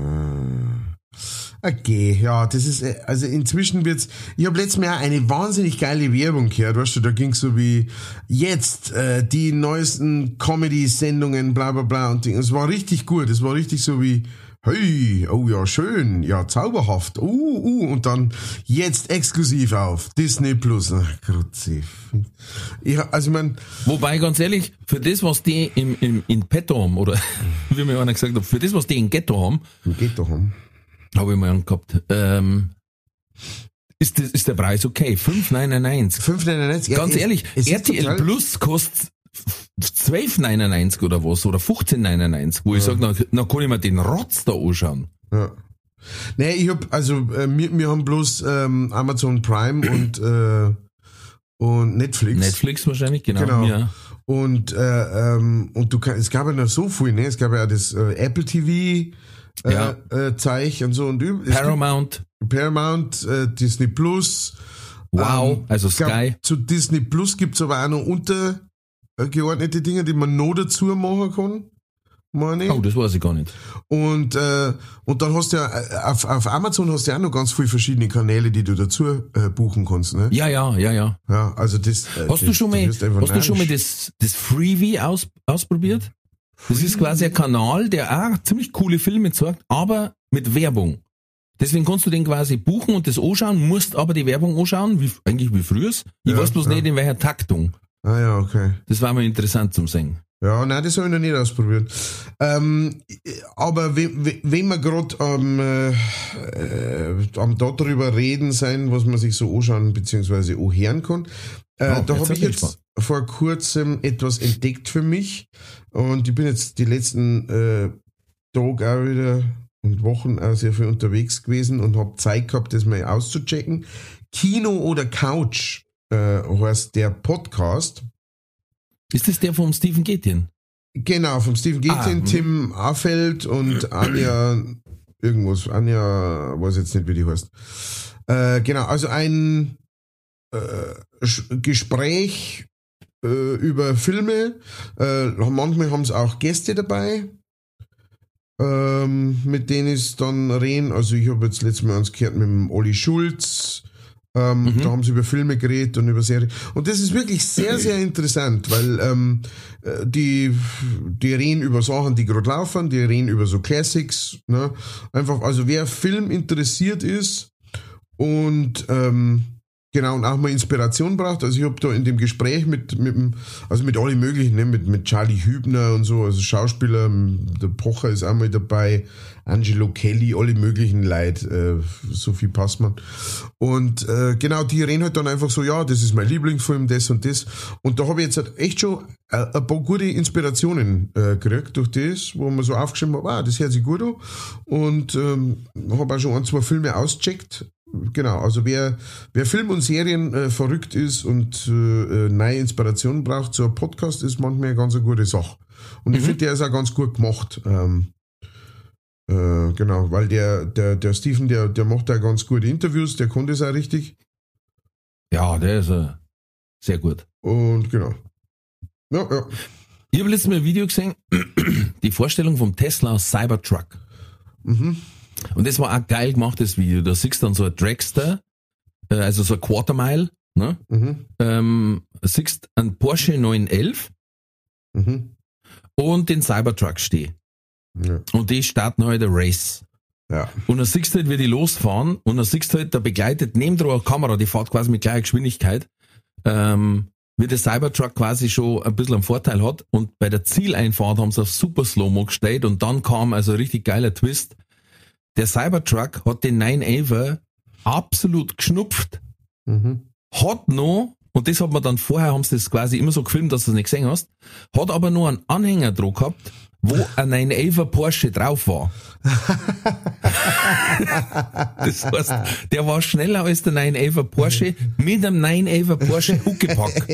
äh, okay, ja, das ist, äh, also inzwischen wird's, ich habe letztes Mal eine wahnsinnig geile Werbung gehört, weißt du, da ging's so wie, jetzt, äh, die neuesten Comedy-Sendungen, bla, bla, bla, und es war richtig gut, es war richtig so wie, hey, oh ja, schön, ja, zauberhaft, uh, uh, und dann jetzt exklusiv auf Disney Plus. Ach, Grütze. Ich, also, ich mein, Wobei, ganz ehrlich, für das, was die im, im, in petto haben, oder wie mir einer gesagt hat, für das, was die in Ghetto haben, geht doch um. habe ich mal angehabt, ähm, ist, das, ist der Preis okay. fünf neunundneunzig. fünf neunundneunzig. Ganz ja, ehrlich, es, es ist R T L total- Plus kostet zwölf neunundneunzig oder was, oder fünfzehn neunundneunzig, wo ich sage, na, na kann ich mir den Rotz da anschauen. Ja. Nee, ich hab, also, äh, wir, wir haben bloß ähm, Amazon Prime und, äh, und Netflix. Netflix wahrscheinlich, genau. Genau. Ja. Und, äh, ähm, und du kannst, es gab ja noch so viel, ne? Es gab ja das äh, Apple T V äh, Ja. äh, Zeich und so. Und üb- es Paramount, gibt Paramount, äh, Disney Plus. Wow, ähm, also ich glaub, Sky. Zu Disney Plus gibt's aber auch noch untergeordnete Dinge, die man noch dazu machen kann. Meine ich. Oh, das weiß ich gar nicht. Und, äh, und dann hast du ja, äh, auf, auf Amazon hast du ja auch noch ganz viele verschiedene Kanäle, die du dazu äh, buchen kannst, ne? Ja, ja, ja, ja. Ja, also das, äh, Hast das, du schon mal, wirst einfach hast du schon mal neidisch. das, das Freebie aus, ausprobiert? Das ist quasi ein Kanal, der auch ziemlich coole Filme zeigt, aber mit Werbung. Deswegen kannst du den quasi buchen und das anschauen, musst aber die Werbung anschauen, wie, eigentlich wie früher. Ich Ja, weiß bloß ja. nicht, in welcher Taktung. Ah ja, okay. Das war mal interessant zum Sehen. Ja, nein, das habe ich noch nicht ausprobiert. Ähm, aber wenn, wenn wir gerade am, äh, äh, am da drüber reden sein, was man sich so anschauen bzw. anhören kann, äh, Oh, da jetzt habe ich bin ich jetzt, gespannt. vor kurzem etwas entdeckt für mich und ich bin jetzt die letzten äh, Tage auch wieder und Wochen auch sehr viel unterwegs gewesen und habe Zeit gehabt, das mal auszuchecken. Kino oder Couch äh, heißt der Podcast. Ist das der vom Stephen Gätjen? Genau, vom Stephen Gätjen, ah, Tim Affeld und Anja irgendwas. Anja, weiß jetzt nicht, wie die heißt. Äh, genau, also ein äh, Gespräch äh, über Filme. Äh, manchmal haben sie auch Gäste dabei, ähm, mit denen es dann reden. Also ich habe jetzt letztes Mal eins gehört mit dem Olli Schulz. Ähm, mhm. Da haben sie über Filme geredet und über Serien. Und das ist wirklich sehr, sehr interessant, weil ähm, die, die reden über Sachen, die gerade laufen, die reden über so Classics. Ne? Einfach, also wer Film interessiert ist und ähm, genau, und auch mal Inspiration braucht. Also ich habe da in dem Gespräch mit, mit also mit allen möglichen, ne? mit, mit Charlie Hübner und so, also Schauspieler, der Pocher ist auch mal dabei, Angelo Kelly, alle möglichen Leute, äh, Sophie Passmann. Und äh, genau, die reden halt dann einfach so, ja, das ist mein Lieblingsfilm, das und das. Und da habe ich jetzt halt echt schon äh, ein paar gute Inspirationen äh, gekriegt durch das, wo man so aufgeschrieben hat, ah, das hört sich gut an. Und ähm, habe auch schon ein, zwei Filme ausgecheckt. Genau, also wer, wer Film und Serien äh, verrückt ist und äh, neue Inspirationen braucht, so ein Podcast ist manchmal eine ganz eine gute Sache. Und mhm. ich finde, der ist auch ganz gut gemacht. Ähm, äh, genau, weil der, der, der Stephen, der, der macht da ganz gute Interviews, der konnte es auch richtig. Ja, der ist äh, sehr gut. Und genau. Ja, ja. Ich habe letztes Mal ein Video gesehen, die Vorstellung vom Tesla Cybertruck. Mhm. Und das war auch geil gemacht, das Video. Da siehst du dann so ein Dragster, äh, also so ein Quarter Mile, ne? Mhm. Ähm, siehst einen Porsche neun elf mhm. und den Cybertruck stehen. Ja. Und die starten halt ein Race. Ja. Und dann siehst du halt, wie die losfahren und dann siehst du halt, da begleitet neben der Kamera, die fährt quasi mit gleicher Geschwindigkeit, ähm, wie der Cybertruck quasi schon ein bisschen einen Vorteil hat. Und bei der Zieleinfahrt haben sie auf Super Slow-Mo gestellt und dann kam also ein richtig geiler Twist. Der Cybertruck hat den neun elfer absolut geschnupft, mhm. hat noch, und das hat man dann vorher, haben sie das quasi immer so gefilmt, dass du es nicht gesehen hast, hat aber noch einen Anhänger drauf gehabt, wo ein neun elfer Porsche drauf war. Das heißt, der war schneller als der neun elfer Porsche mit einem neun elfer Porsche Huckepack.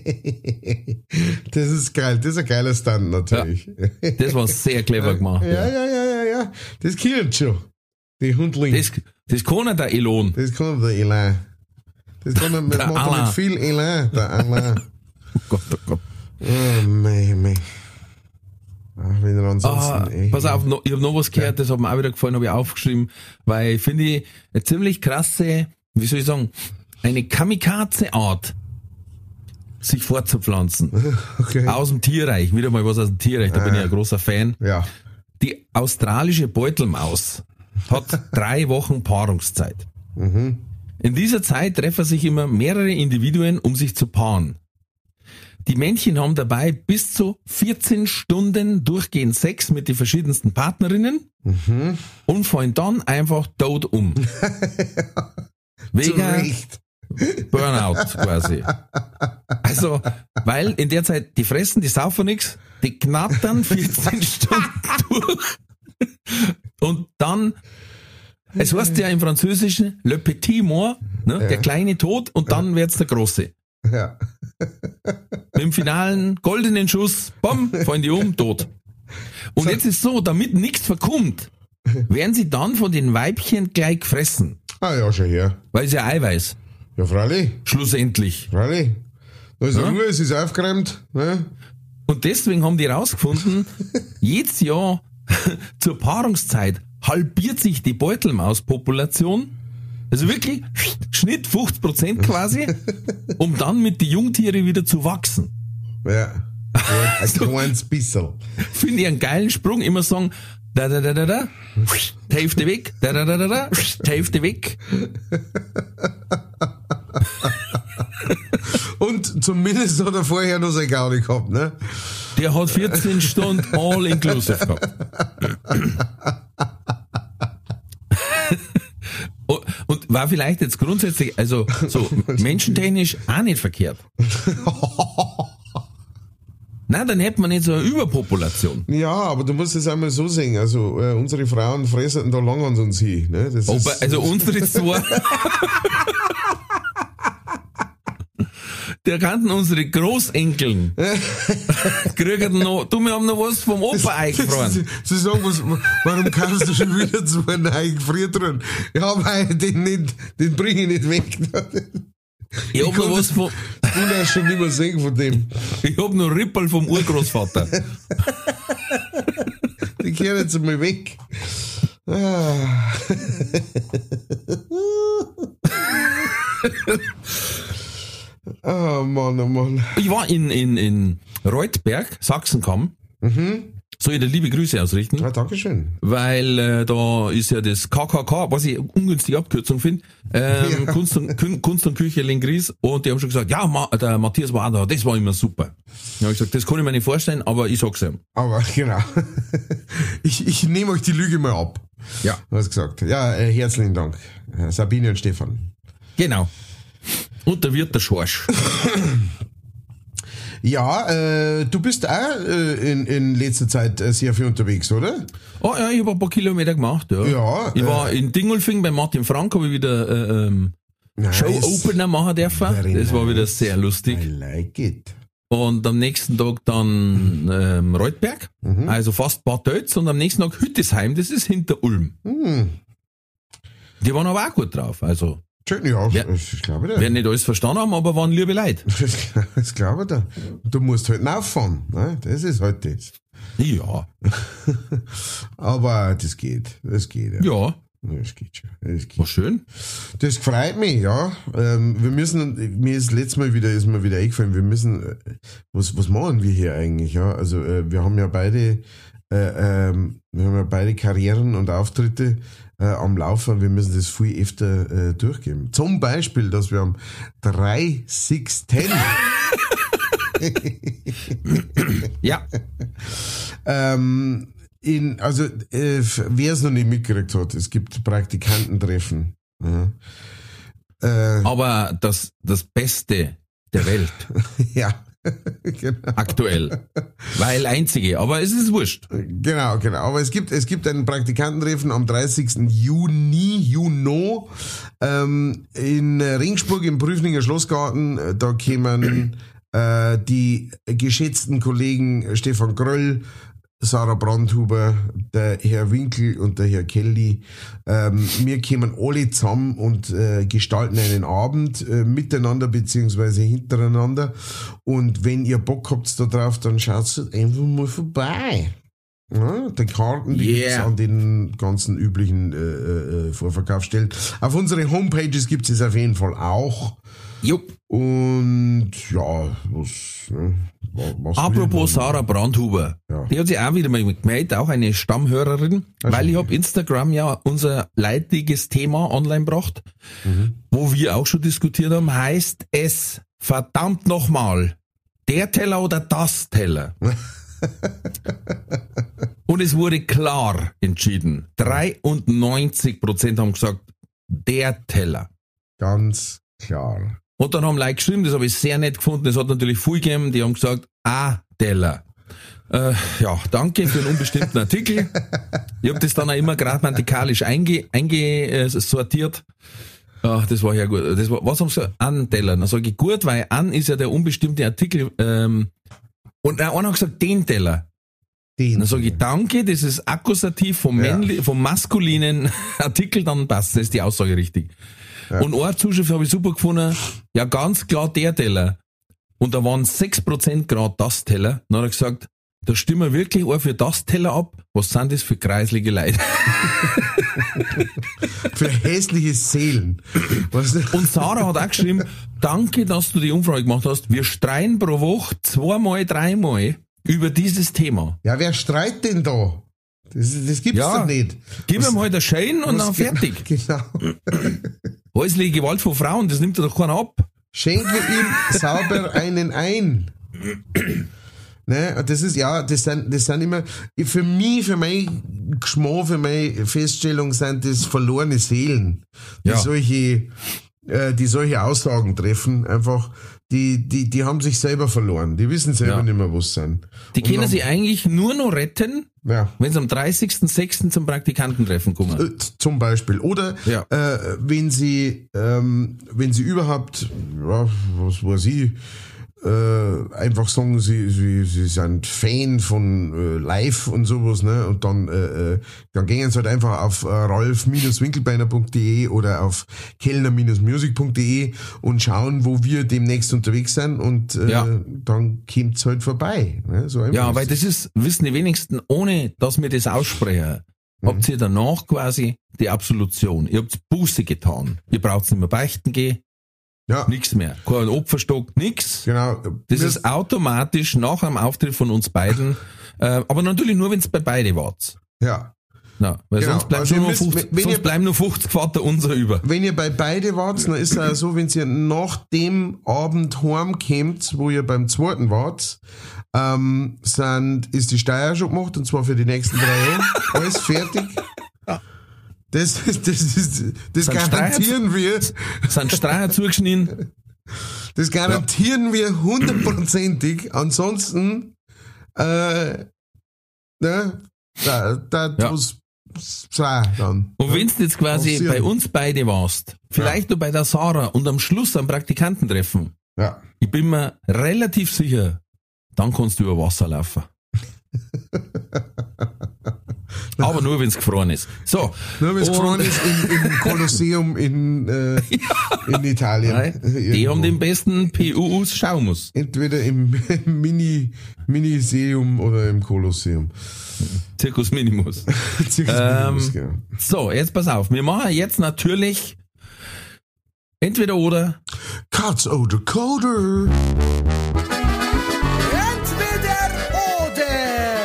Das ist geil, das ist ein geiler Stunt natürlich. Ja, das war sehr clever gemacht. Ja, ja, ja, ja, ja. Das kennt schon. Die Hundling. Das, das kann er, der Elon. Das kann der Elan. Das kann er, das Der macht er Alain. mit viel Elan, der Alain. Oh Gott, oh Gott. Oh, mei, mei. Ach, wenn er ansonsten, Ah, ey. pass auf, noch, ich habe noch was gehört, das hat mir auch wieder gefallen, habe ich aufgeschrieben, weil finde ich eine ziemlich krasse, wie soll ich sagen, eine Kamikaze-Art, sich fortzupflanzen. Okay. Aus dem Tierreich, wieder mal was aus dem Tierreich, da bin ich ein großer Fan. Ja. Die australische Beutelmaus hat drei Wochen Paarungszeit. Mhm. In dieser Zeit treffen sich immer mehrere Individuen, um sich zu paaren. Die Männchen haben dabei bis zu vierzehn Stunden durchgehend Sex mit den verschiedensten Partnerinnen Mhm. und fallen dann einfach tot um. Wegen Zurecht. Burnout quasi. Also, weil in der Zeit, die fressen, die saufen nix, die knattern vierzehn Stunden durch und dann, es heißt ja im Französischen Le Petit Mort, ne, Ja. der kleine Tod und dann wird's der große. Ja. Mit dem finalen goldenen Schuss, bam, fallen die um, tot. Und jetzt ist so, damit nichts verkommt, werden sie dann von den Weibchen gleich gefressen. Ah, ja, schon her. Weil es ja Eiweiß, Ja, freilich. schlussendlich. Freilich. Da ist Ja. Ruhe, es ist aufgeräumt, ne? Und deswegen haben die rausgefunden, jedes Jahr zur Paarungszeit halbiert sich die Beutelmauspopulation, also wirklich Schnitt fünfzig Prozent quasi, um dann mit den Jungtiere wieder zu wachsen. Ja. Ja, ein kleines bisschen. Finde ich einen geilen Sprung, immer sagen, da da da da da, die Hälfte weg, da da da da da, die Hälfte weg. Und zumindest hat er vorher noch sein Gaudi gehabt, ne? Der hat vierzehn Stunden all inclusive gehabt. Und war vielleicht jetzt grundsätzlich, also so menschentechnisch auch nicht verkehrt. Nein, dann hätten wir nicht so eine Überpopulation. Ja, aber du musst es einmal so sehen. Also, äh, unsere Frauen fressen da lang an uns hin. Ne? Das Oh, ist, also unsere zwei. Der kannten unsere Großenkeln. Kriegen noch, du, wir haben noch was vom Opa eingefroren. Sie sagen, was, warum kaufst du schon wieder so einen eingefrierten? Ja, weil den nicht, den bringe ich nicht weg. Ich hab noch was vom, Ich kann das schon nicht mehr sehen von dem. ich hab noch Rippel vom Urgroßvater. Die kehren jetzt einmal weg. Ah. Oh Mann, oh Mann. Ich war in, in, in Reutberg, Sachsenkamm. Mhm. Soll ich dir liebe Grüße ausrichten? Ja, dankeschön. Weil äh, da ist ja das K K K, was ich ungünstige Abkürzung finde, ähm, Ja. Kunst, und, Kün- Kunst und Küche Lengries, und die haben schon gesagt, ja, Ma, der Matthias war auch da, das war immer super. Da habe ich gesagt, das kann ich mir nicht vorstellen, aber ich sag's ihm. Aber genau. Ich, ich nehme euch die Lüge mal ab. Ja. Du hast gesagt. Ja, äh, herzlichen Dank. Äh, Sabine und Stefan. Genau. Und da wird der Schorsch. Ja, äh, du bist auch äh, in, in letzter Zeit äh, sehr viel unterwegs, oder? Oh ja, ich habe ein paar Kilometer gemacht, ja. Ja, Ich war äh, in Dingolfing bei Martin Frank, habe ich wieder äh, ähm, Nice. Show-Opener machen dürfen. Very Das war nice. wieder sehr lustig. I like it. Und am nächsten Tag dann ähm, Reutberg, Mhm. also fast Bad Tölz, und am nächsten Tag Hüttesheim, das ist hinter Ulm. Hm. Die waren aber auch gut drauf, also Schön, ja, Ja. ich glaube da. werden nicht alles verstanden haben, aber waren liebe Leute. Das glaube ich da. Du musst halt nachfahren, ne? Das ist halt das. Ja, Aber das geht, das geht, ja. ja, Das geht schon, das geht. war schön. Das freut mich, ja. Ähm, wir müssen, mir ist letztes Mal wieder, ist mir wieder eingefallen, wir müssen, äh, was, was machen wir hier eigentlich, ja? Also, äh, wir haben ja beide, äh, ähm, wir haben ja beide Karrieren und Auftritte äh, am Laufen. Wir müssen das viel öfter äh, durchgeben. Zum Beispiel, dass wir am dreißigsten Ja, ähm, in, also, äh, wer es noch nicht mitgekriegt hat, es gibt Praktikantentreffen. Ja. Äh, aber das, das Beste der Welt, ja. Genau. aktuell. Weil einzige, aber es ist wurscht. Genau, genau. Aber es gibt, es gibt ein Praktikantentreffen am dreißigsten Juni, Juno, ähm, in Ringsburg im Prüfninger Schlossgarten. Da kämen äh, die geschätzten Kollegen Stefan Gröll, Sarah Brandhuber, der Herr Winkel und der Herr Kelly. Ähm, wir kämen alle zusammen und äh, gestalten einen Abend äh, miteinander beziehungsweise hintereinander. Und wenn ihr Bock habt da drauf, dann schaut einfach mal vorbei. Ja, die Karten, die Yeah. gibt's an den ganzen üblichen äh, äh, Vorverkaufsstellen. Auf unseren Homepages gibt's es auf jeden Fall auch. Jupp. Und ja, was, ne, was, was will Apropos man? Sarah Brandhuber, Ja. die hat sich auch wieder mal gemeldet, auch eine Stammhörerin, Also, weil ich hab Instagram ja unser leidiges Thema online gebracht, Mhm. wo wir auch schon diskutiert haben, heißt es verdammt nochmal, der Teller oder das Teller? Und es wurde klar entschieden. dreiundneunzig Prozent haben gesagt, der Teller. Ganz klar. Und dann haben Leute geschrieben, das habe ich sehr nett gefunden, es hat natürlich viel gegeben, die haben gesagt, ah, Teller. Äh, ja, danke für einen unbestimmten Artikel. Ich habe das dann auch immer grammatikalisch einge, einge äh, sortiert. Ach, das war ja gut. Das war, was haben sie gesagt? An Teller. Dann sage ich gut, weil an ist ja der unbestimmte Artikel. Ähm, und einer hat gesagt, den Teller. Den. Dann sage ich danke, das ist Akkusativ vom, Ja. männli- vom maskulinen Artikel, dann passt, das ist die Aussage richtig. Ja. Und eine Zuschrift habe ich super gefunden, ja ganz klar der Teller. Und da waren sechs Prozent gerade das Teller. Dann hat er gesagt, da stimmen wir wirklich auch für das Teller ab. Was sind das für kreislige Leute? Für hässliche Seelen. Was, Und Sarah hat auch geschrieben, danke, dass du die Umfrage gemacht hast. Wir streiten pro Woche zweimal, dreimal über dieses Thema. ja, wer streitet denn da? Das, das gibt's Ja. doch nicht. Gib Was- ihm halt einen Schein und was dann genau- fertig. Genau. Häusliche Gewalt von Frauen, das nimmt er doch keiner ab. Schenke ihm sauber einen ein. Ne, und das ist, ja, das sind, das sind immer, für mich, für mein Geschmack, für meine Feststellung sind das verlorene Seelen, die Ja. solche, äh, die solche Aussagen treffen, einfach, die, die, die haben sich selber verloren. Die wissen selber Ja. nicht mehr, was sie sind. Die Und können dann- sich eigentlich nur noch retten, Ja. wenn sie am dreißigsten sechsten zum Praktikantentreffen kommen. Äh, Zum Beispiel. Oder Ja. äh, wenn sie, ähm, wenn sie überhaupt, ja, was weiß ich, äh, einfach sagen, sie, sie, sie sind Fan von äh, Live und sowas, ne? Und dann, äh, äh, dann gehen sie halt einfach auf äh, ralf winkelbeiner punkt de oder auf kellner music punkt de und schauen, wo wir demnächst unterwegs sind und äh, Ja. dann kommt's halt vorbei. Ne? So einfach Ja, ist weil das ist, wissen die wenigsten, ohne dass wir das aussprechen, Mhm. habt ihr danach quasi die Absolution. Ihr habt Buße getan. Ihr braucht nicht mehr beichten gehen, Ja, nichts mehr. Kein Opferstock, nix. genau. Das Wir- ist automatisch nach einem Auftritt von uns beiden, äh, aber natürlich nur, wenn es bei beide wart. ja. Na, weil Genau. sonst bleiben Also nur ihr noch müsst- fünfzig, wenn sonst ihr- bleiben nur fünfzig Vater unser über. Wenn ihr bei beide wart, dann ist es ja so, wenn ihr nach dem Abend heimkommt, wo ihr beim zweiten wart, ähm, sind, ist die Steuer schon gemacht, und zwar für die nächsten drei Jahre. Alles fertig. Das, ist- das, ist, das Sind garantieren wir, Sind Streicher zugeschnitten. das garantieren wir hundertprozentig. Ansonsten, äh, ne, da, da, Ja. was sein dann. Und wenn du jetzt quasi Passieren. bei uns beide warst, vielleicht nur bei der Sarah und am Schluss am Praktikantentreffen, Ja. ich bin mir relativ sicher, dann kannst du über Wasser laufen. Aber nur, wenn es gefroren ist. So. Nur wenn es Und- gefroren ist im, im Kolosseum in, äh, in Italien. Nein, die Irgendwo. haben den besten P U Us Schaumus. Entweder im Mini, Miniseum oder im Kolosseum. Circus Minimus. Circus Ähm, Minimus, genau. So, jetzt pass auf. Wir machen jetzt natürlich entweder oder. Cuts oder Coder. Entweder oder.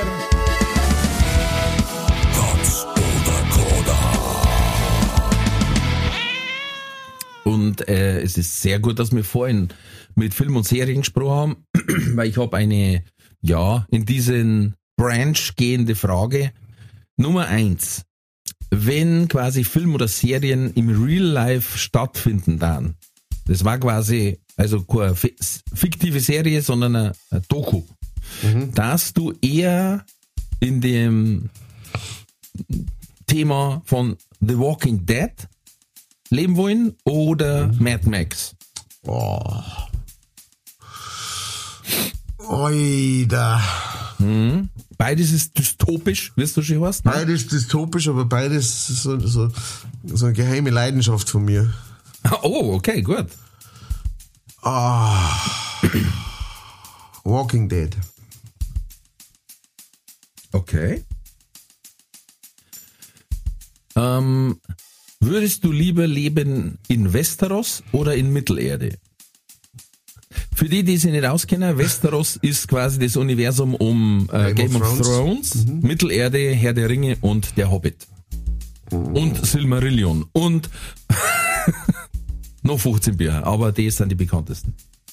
Und äh, es ist sehr gut, dass wir vorhin mit Film und Serien gesprochen haben, weil ich habe eine, ja, in diesen Branch gehende Frage. Nummer eins. Wenn quasi Film oder Serien im Real Life stattfinden dann, das war quasi, also keine fi- fiktive Serie, sondern eine, eine Doku, dass du eher in dem Thema von The Walking Dead leben wollen oder Mad Max? Oh. Oida. Beides ist dystopisch, wirst du schon was? Ne? Beides dystopisch, aber beides so, so, so eine geheime Leidenschaft von mir. Oh, okay, gut. Ah. Walking Dead. Okay. Ähm, würdest du lieber leben in Westeros oder in Mittelerde? Für die, die sich nicht auskennen, Westeros ist quasi das Universum um äh, Game, Game of of Thrones, Mittelerde, Herr der Ringe und der Hobbit. Und Silmarillion. Und noch fünfzehn Bücher, aber die sind die bekanntesten.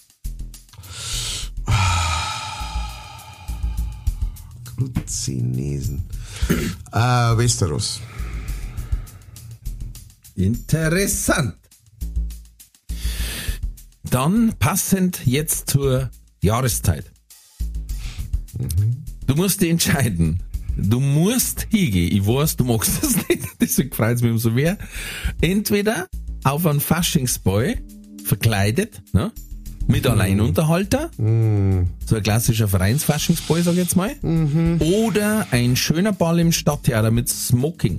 Chinesen. Äh, Westeros. Interessant. Dann passend jetzt zur Jahreszeit. Du musst dich entscheiden. Du musst hingehen. Ich weiß, du magst das nicht, deswegen freut es mich umso mehr. Entweder auf einen Faschingsball verkleidet, ne? Mit Alleinunterhalter, so ein klassischer Vereinsfaschingsball, sag ich jetzt mal, oder ein schöner Ball im Stadttheater mit Smoking.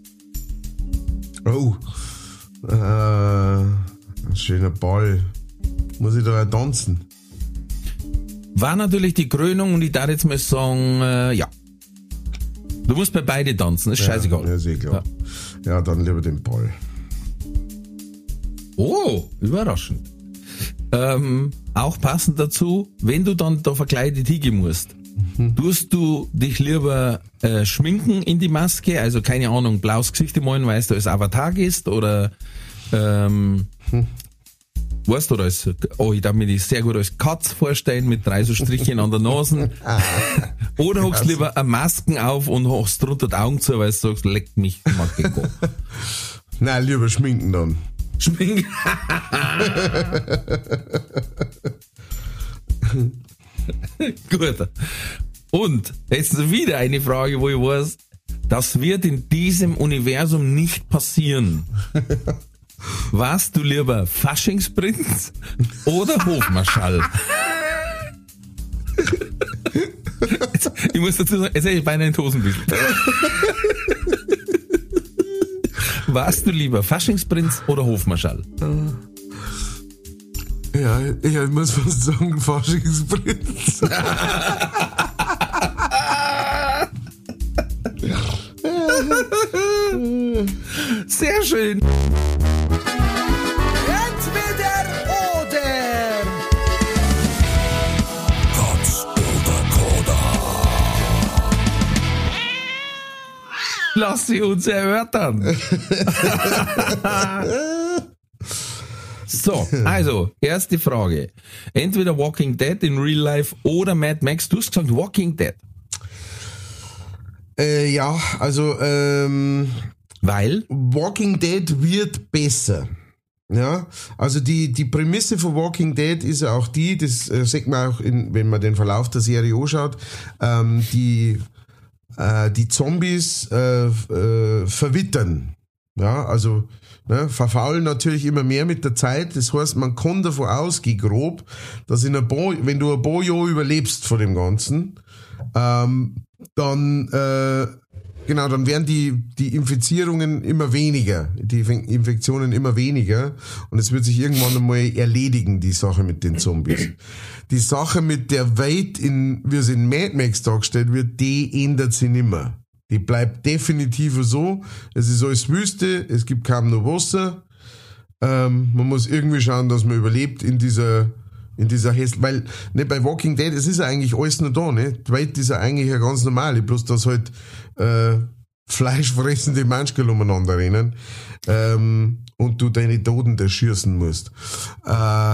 Oh. Äh, ein schöner Ball. Muss ich da ja tanzen? War natürlich die Krönung und ich darf jetzt mal sagen, äh, ja. Du musst bei beide tanzen, ist scheißegal. Ja, ist eh klar. Ja, dann lieber den Ball. Oh, überraschend. Ähm, auch passend dazu, wenn du dann da verkleidet hingehen musst, tust du dich lieber äh, schminken in die Maske, also keine Ahnung, blaues Gesicht malen, weil du als Avatar gehst, oder ähm, weißt du, oder als, oh, ich darf mir die sehr gut als Katz vorstellen, mit drei so Strichen an der Nase. Oder hockst lieber eine Masken auf und hast drunter die Augen zu, weil du sagst, leck mich, mag ich go. Nein, lieber schminken dann. Schminke. Gut. Und jetzt wieder eine Frage, wo ich weiß, das wird in diesem Universum nicht passieren. Warst du lieber Faschingsprinz oder Hofmarschall? Jetzt, ich muss dazu sagen, jetzt hätte ich beinahe in die Hosen ein bisschen. Warst du lieber Faschingsprinz oder Hofmarschall? Ja, ich muss fast sagen, Faschingsprinz. Sehr schön. Entweder oder. Katz oder Koda. Lass sie uns erörtern. So, also, erste Frage. Entweder Walking Dead in Real Life oder Mad Max. Du hast gesagt Walking Dead. Äh, ja, also ähm, Weil? Walking Dead wird besser. Ja, also die, die Prämisse von Walking Dead ist ja auch die, das äh, sieht man auch, in, wenn man den Verlauf der Serie anschaut, ähm, die, äh, die Zombies äh, äh, verwittern. Ja, also ne, verfaulen natürlich immer mehr mit der Zeit. Das heißt, man kann davon ausgehen, grob, dass in ein paar, wenn du ein paar Jahre überlebst von dem Ganzen, ähm, dann äh, genau, dann werden die die Infizierungen immer weniger, die Infektionen immer weniger und es wird sich irgendwann einmal erledigen, die Sache mit den Zombies. Die Sache mit der Welt, in, wie es in Mad Max dargestellt wird, die ändert sich nimmer. Die bleibt definitiv so. Es ist alles Wüste, es gibt kaum noch Wasser. Ähm, man muss irgendwie schauen, dass man überlebt in dieser in dieser Hässl, weil ne, bei Walking Dead, es ist ja eigentlich alles noch da, ne? Die Welt ist ja eigentlich ja ganz normal, bloß dass halt äh, fleischfressende Menschen umeinander rennen ähm, und du deine Toten da schießen musst. Äh,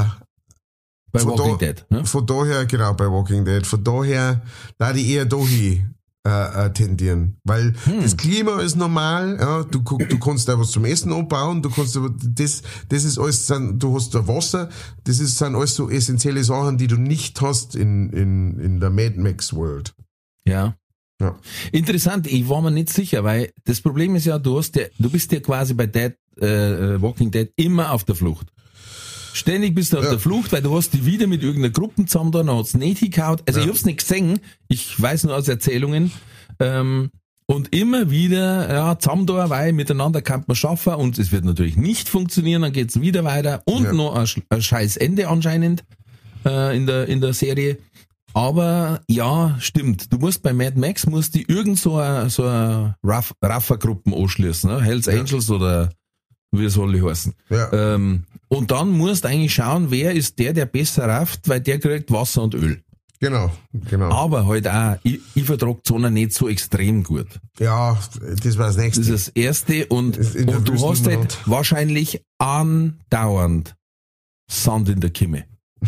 Bei Walking da, Dead, ne? Von daher, genau, bei Walking Dead, von daher da die eher dahin äh, äh, tendieren, weil hm. das Klima ist normal, ja, du, du kannst da was zum Essen anbauen, du kannst das, das ist alles, du hast da Wasser, das ist, sind alles so essentielle Sachen, die du nicht hast in, in, in der Mad Max World. Ja. Ja. Interessant, ich war mir nicht sicher, weil das Problem ist ja, du hast ja, du bist ja quasi bei Dead, äh, Walking Dead immer auf der Flucht. Ständig bist du auf ja. der Flucht, weil du hast die wieder mit irgendeiner Gruppe zusammen da, dann hat's nicht hingehauen. Also ja. ich hab's nicht gesehen, ich weiß nur aus Erzählungen. Ähm, und immer wieder, ja, zusammen da, weil miteinander kann man schaffen und es wird natürlich nicht funktionieren, dann geht's wieder weiter und ja. noch ein, ein scheiß Ende anscheinend äh, in der in der Serie. Aber ja, stimmt. Du musst bei Mad Max musst die irgend so eine, so eine Raff, Raffer-Gruppen anschließen, ne? Hells ja. Angels oder wie soll die heißen. Ja. Ähm, und dann musst du eigentlich schauen, wer ist der, der besser rafft, weil der kriegt Wasser und Öl. Genau, genau. Aber halt auch, ich, ich vertrag Zonen nicht so extrem gut. Ja, das war das nächste. Das ist das Erste und, In der und du Wüste hast im halt Land. wahrscheinlich andauernd Sand in der Kimme.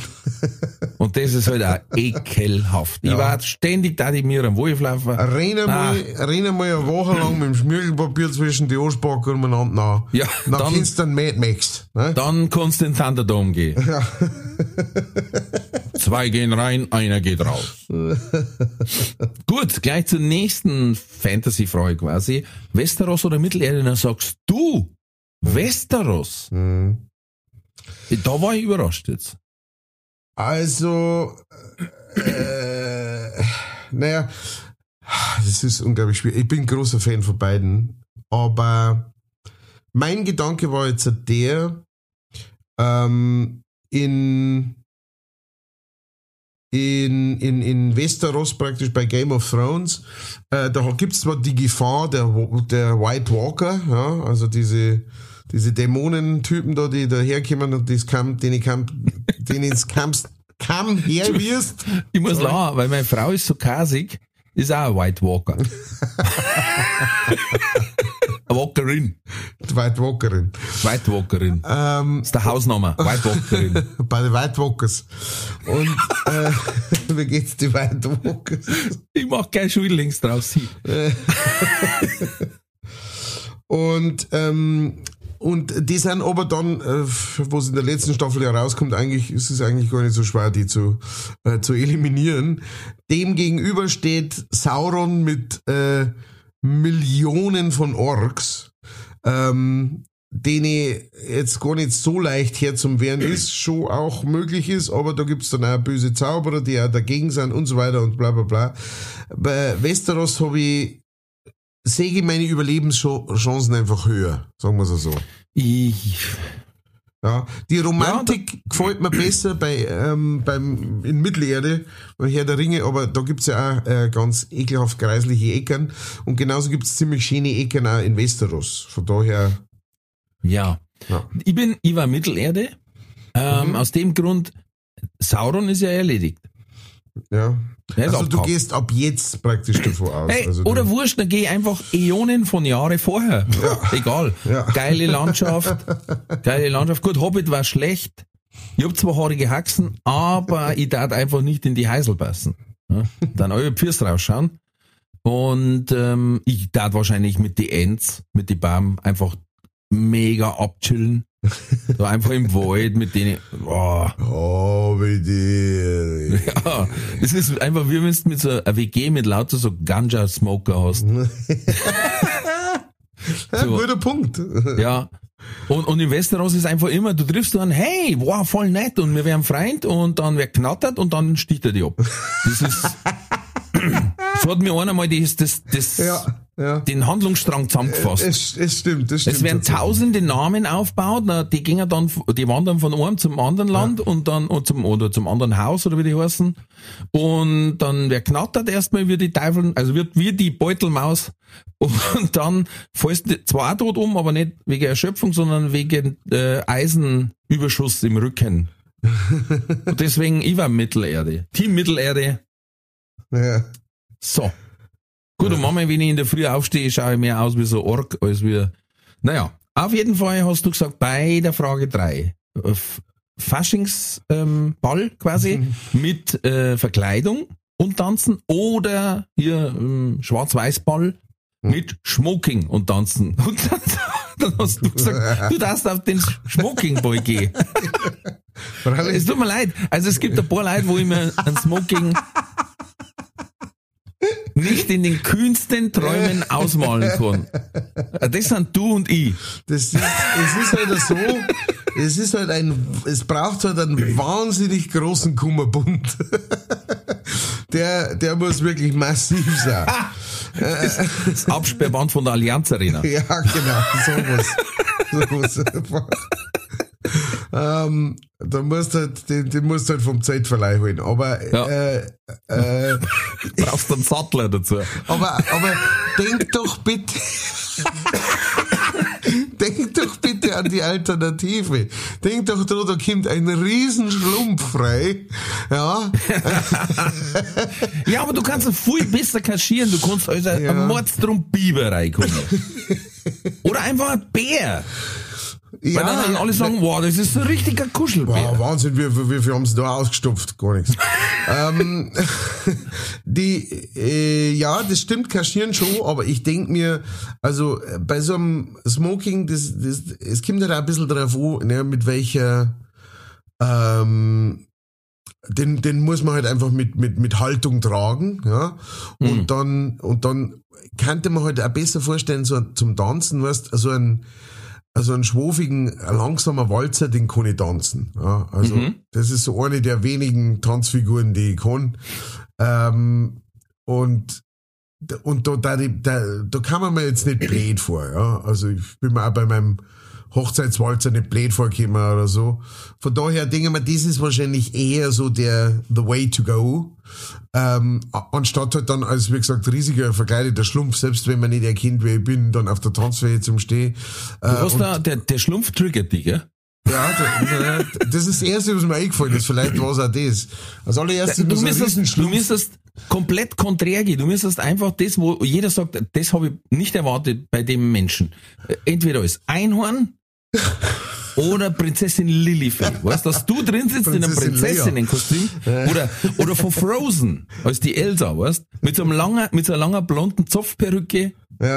Und das ist halt auch ekelhaft. Ja. Ich war ständig da, die mir am Wolf laufen. Renn mal, renn mal eine Woche lang mit dem Schmirgelpapier zwischen die Arschbacken umeinander nach. Ja, dann dann- kennst du dann Mad Max. Ne? Dann kannst du in den Thunderdome gehen. Ja. Zwei gehen rein, einer geht raus. Gut, gleich zur nächsten Fantasy-Frage quasi. Westeros oder Mittelerde? Dann sagst du, Westeros. Mhm. Da war ich überrascht jetzt. Also, äh, naja, das ist unglaublich schwierig. Ich bin ein großer Fan von beiden, aber mein Gedanke war jetzt der, ähm, in, in, in, in Westeros praktisch bei Game of Thrones, äh, da gibt's zwar die Gefahr der, der White Walker, ja, also diese, diese Dämonentypen da, die da herkommen und das Camp, den ich Camp, den ins Camp, Camp her wirst. Ich muss lachen, weil meine Frau ist so kasig, ist auch ein White Walker. Eine Walkerin. Die White Walkerin. White Walkerin. Ähm, Das ist der Hausname. White Walkerin. bei den White Walkers. Und, äh, wie geht's die White Walkers? Ich mach kein Schullinks draus. Sie. Und, ähm, und die sind aber dann, äh, was in der letzten Staffel ja rauskommt, eigentlich ist es eigentlich gar nicht so schwer, die zu, äh, zu eliminieren. Dem gegenüber steht Sauron mit äh, Millionen von Orks, ähm, denen jetzt gar nicht so leicht herzuwehren ist, schon auch möglich ist, aber da gibt's dann auch böse Zauberer, die auch dagegen sind und so weiter und bla bla bla. Bei Westeros habe ich, sehe ich meine Überlebenschancen einfach höher, sagen wir es so. Ich, Ja, die Romantik Ja, gefällt mir besser bei ähm, beim in Mittelerde, bei Herr der Ringe, aber da gibt's ja auch äh, ganz ekelhaft greisliche Eckern und genauso gibt's ziemlich schöne Eckern auch in Westeros. Von daher, ja. ja. Ich bin, ich war Mittelerde. Ähm, Mhm. Aus dem Grund, Sauron ist ja erledigt. Ja. Der ist Also du abgehauen. gehst ab jetzt praktisch davon aus. Hey, also oder du, wurscht, dann geh einfach Äonen von Jahre vorher. Egal. Ja. Geile Landschaft. Geile Landschaft. Gut, Hobbit war schlecht. Ich hab zwar haarige Haxen, aber ich darf einfach nicht in die Heisel passen. Ja, dann eure Pfirs rausschauen. Und ähm, ich darf wahrscheinlich mit die Ents, mit die Baum einfach mega abchillen. So einfach im Wald mit denen. Boah. oh, wie die. Ja, es ist einfach, wie wenn du mit so einer W G mit lauter so Ganja-Smoker hast. Ja, So. guter Punkt. Ja. Und, und in Westeros ist einfach immer, du triffst dann, hey, wow, voll nett und wir werden Freund und dann wird knattert und dann sticht er dich ab. Das ist, so hat mir einer mal das, das, das, Ja, ja. den Handlungsstrang zusammengefasst. Es, es stimmt, das stimmt. Es werden tatsächlich. tausende Namen aufgebaut, na, die gehen dann, die wandern von einem zum anderen Land und dann, und zum, oder zum anderen Haus, oder wie die heißen. Und dann wer knattert erstmal wie die Teufel, also wird wie die Beutelmaus. Und dann fällst du zwar auch tot um, aber nicht wegen Erschöpfung, sondern wegen, äh, Eisenüberschuss im Rücken. Und deswegen, ich war Mittelerde. Team Mittelerde. Ja. So. Gut, und manchmal, wenn ich in der Früh aufstehe, schaue ich mehr aus wie so Ork, als wie, naja. Auf jeden Fall hast du gesagt, bei der Frage drei, Faschingsball ähm, Ball quasi, mit äh, Verkleidung und Tanzen oder hier ähm, Schwarz-Weiß-Ball mit Smoking und Tanzen. Und dann, dann hast du gesagt, du darfst auf den Smoking-Ball gehen. Es tut mir leid. Also es gibt ein paar Leute, wo ich mir ein Smoking nicht in den kühnsten Träumen ausmalen kann. Das sind du und ich. Das ist, es ist halt so, es ist halt ein, es braucht halt einen wahnsinnig großen Kummerbund. Der, der muss wirklich massiv sein. Das Absperrband von der Allianz Arena. Ja, genau, sowas. sowas. ähm, da musst du halt, den, den musst du halt vom Zeitverleih holen. Aber, Ja. äh, äh, Brauchst einen Sattler dazu. aber, aber denk doch bitte, denk doch bitte an die Alternative. Denk doch dran, da kommt ein Riesenschlumpf frei. Ja. Ja, aber du kannst es viel besser kaschieren. Du kannst also Ja. ein Mordstrom Biber reinkommen. Oder einfach ein Bär. Weil dann, dann alle sagen, wow, das ist so ein richtiger Kuschelbär. Wow, Wahnsinn, wie, wie, wie viel haben sie da ausgestopft? Gar nichts. ähm, die, äh, ja, das stimmt, kaschieren schon, aber ich denk mir, also äh, bei so einem Smoking, das, das, es kommt ja da ein bisschen drauf an, ne, mit welcher, ähm, den, den muss man halt einfach mit, mit, mit Haltung tragen, ja, und Mhm. dann, und dann könnte man halt auch besser vorstellen, so zum Tanzen, weißt, so ein, also einen schwofigen, langsamer Walzer, den kann ich tanzen. Ja, also Mhm. das ist so eine der wenigen Tanzfiguren, die ich kann. Ähm, und und da, da, da, da kann man mir jetzt nicht blöd vor. Ja? Also ich bin mir auch bei meinem Hochzeitswalzer nicht blöd vorgekommen oder so. Von daher denke ich mir, das ist wahrscheinlich eher so der the way to go. Ähm, anstatt halt dann als, wie gesagt, riesiger verkleideter Schlumpf, selbst wenn man nicht erkennt, wer ich bin, dann auf der Tanzfläche zum Stehen. Du Äh, hast und- da, der, der Schlumpf triggert dich, gell? ja, da, das ist das Erste, was mir eingefallen ist. Vielleicht war es auch das. Als allererstes Du muss ein müsstest, du Riesenschlumpf. müsstest komplett konträr gehen. Du müsstest einfach das, wo jeder sagt, das habe ich nicht erwartet bei dem Menschen. Entweder als Einhorn oder Prinzessin Lilifee. Weißt du, dass du drin sitzt in einem Prinzessin Lea. Prinzessinnenkostüm oder, oder von Frozen als die Elsa, weißt mit so einem langen, mit so einer langen blonden Zopfperücke. Ja.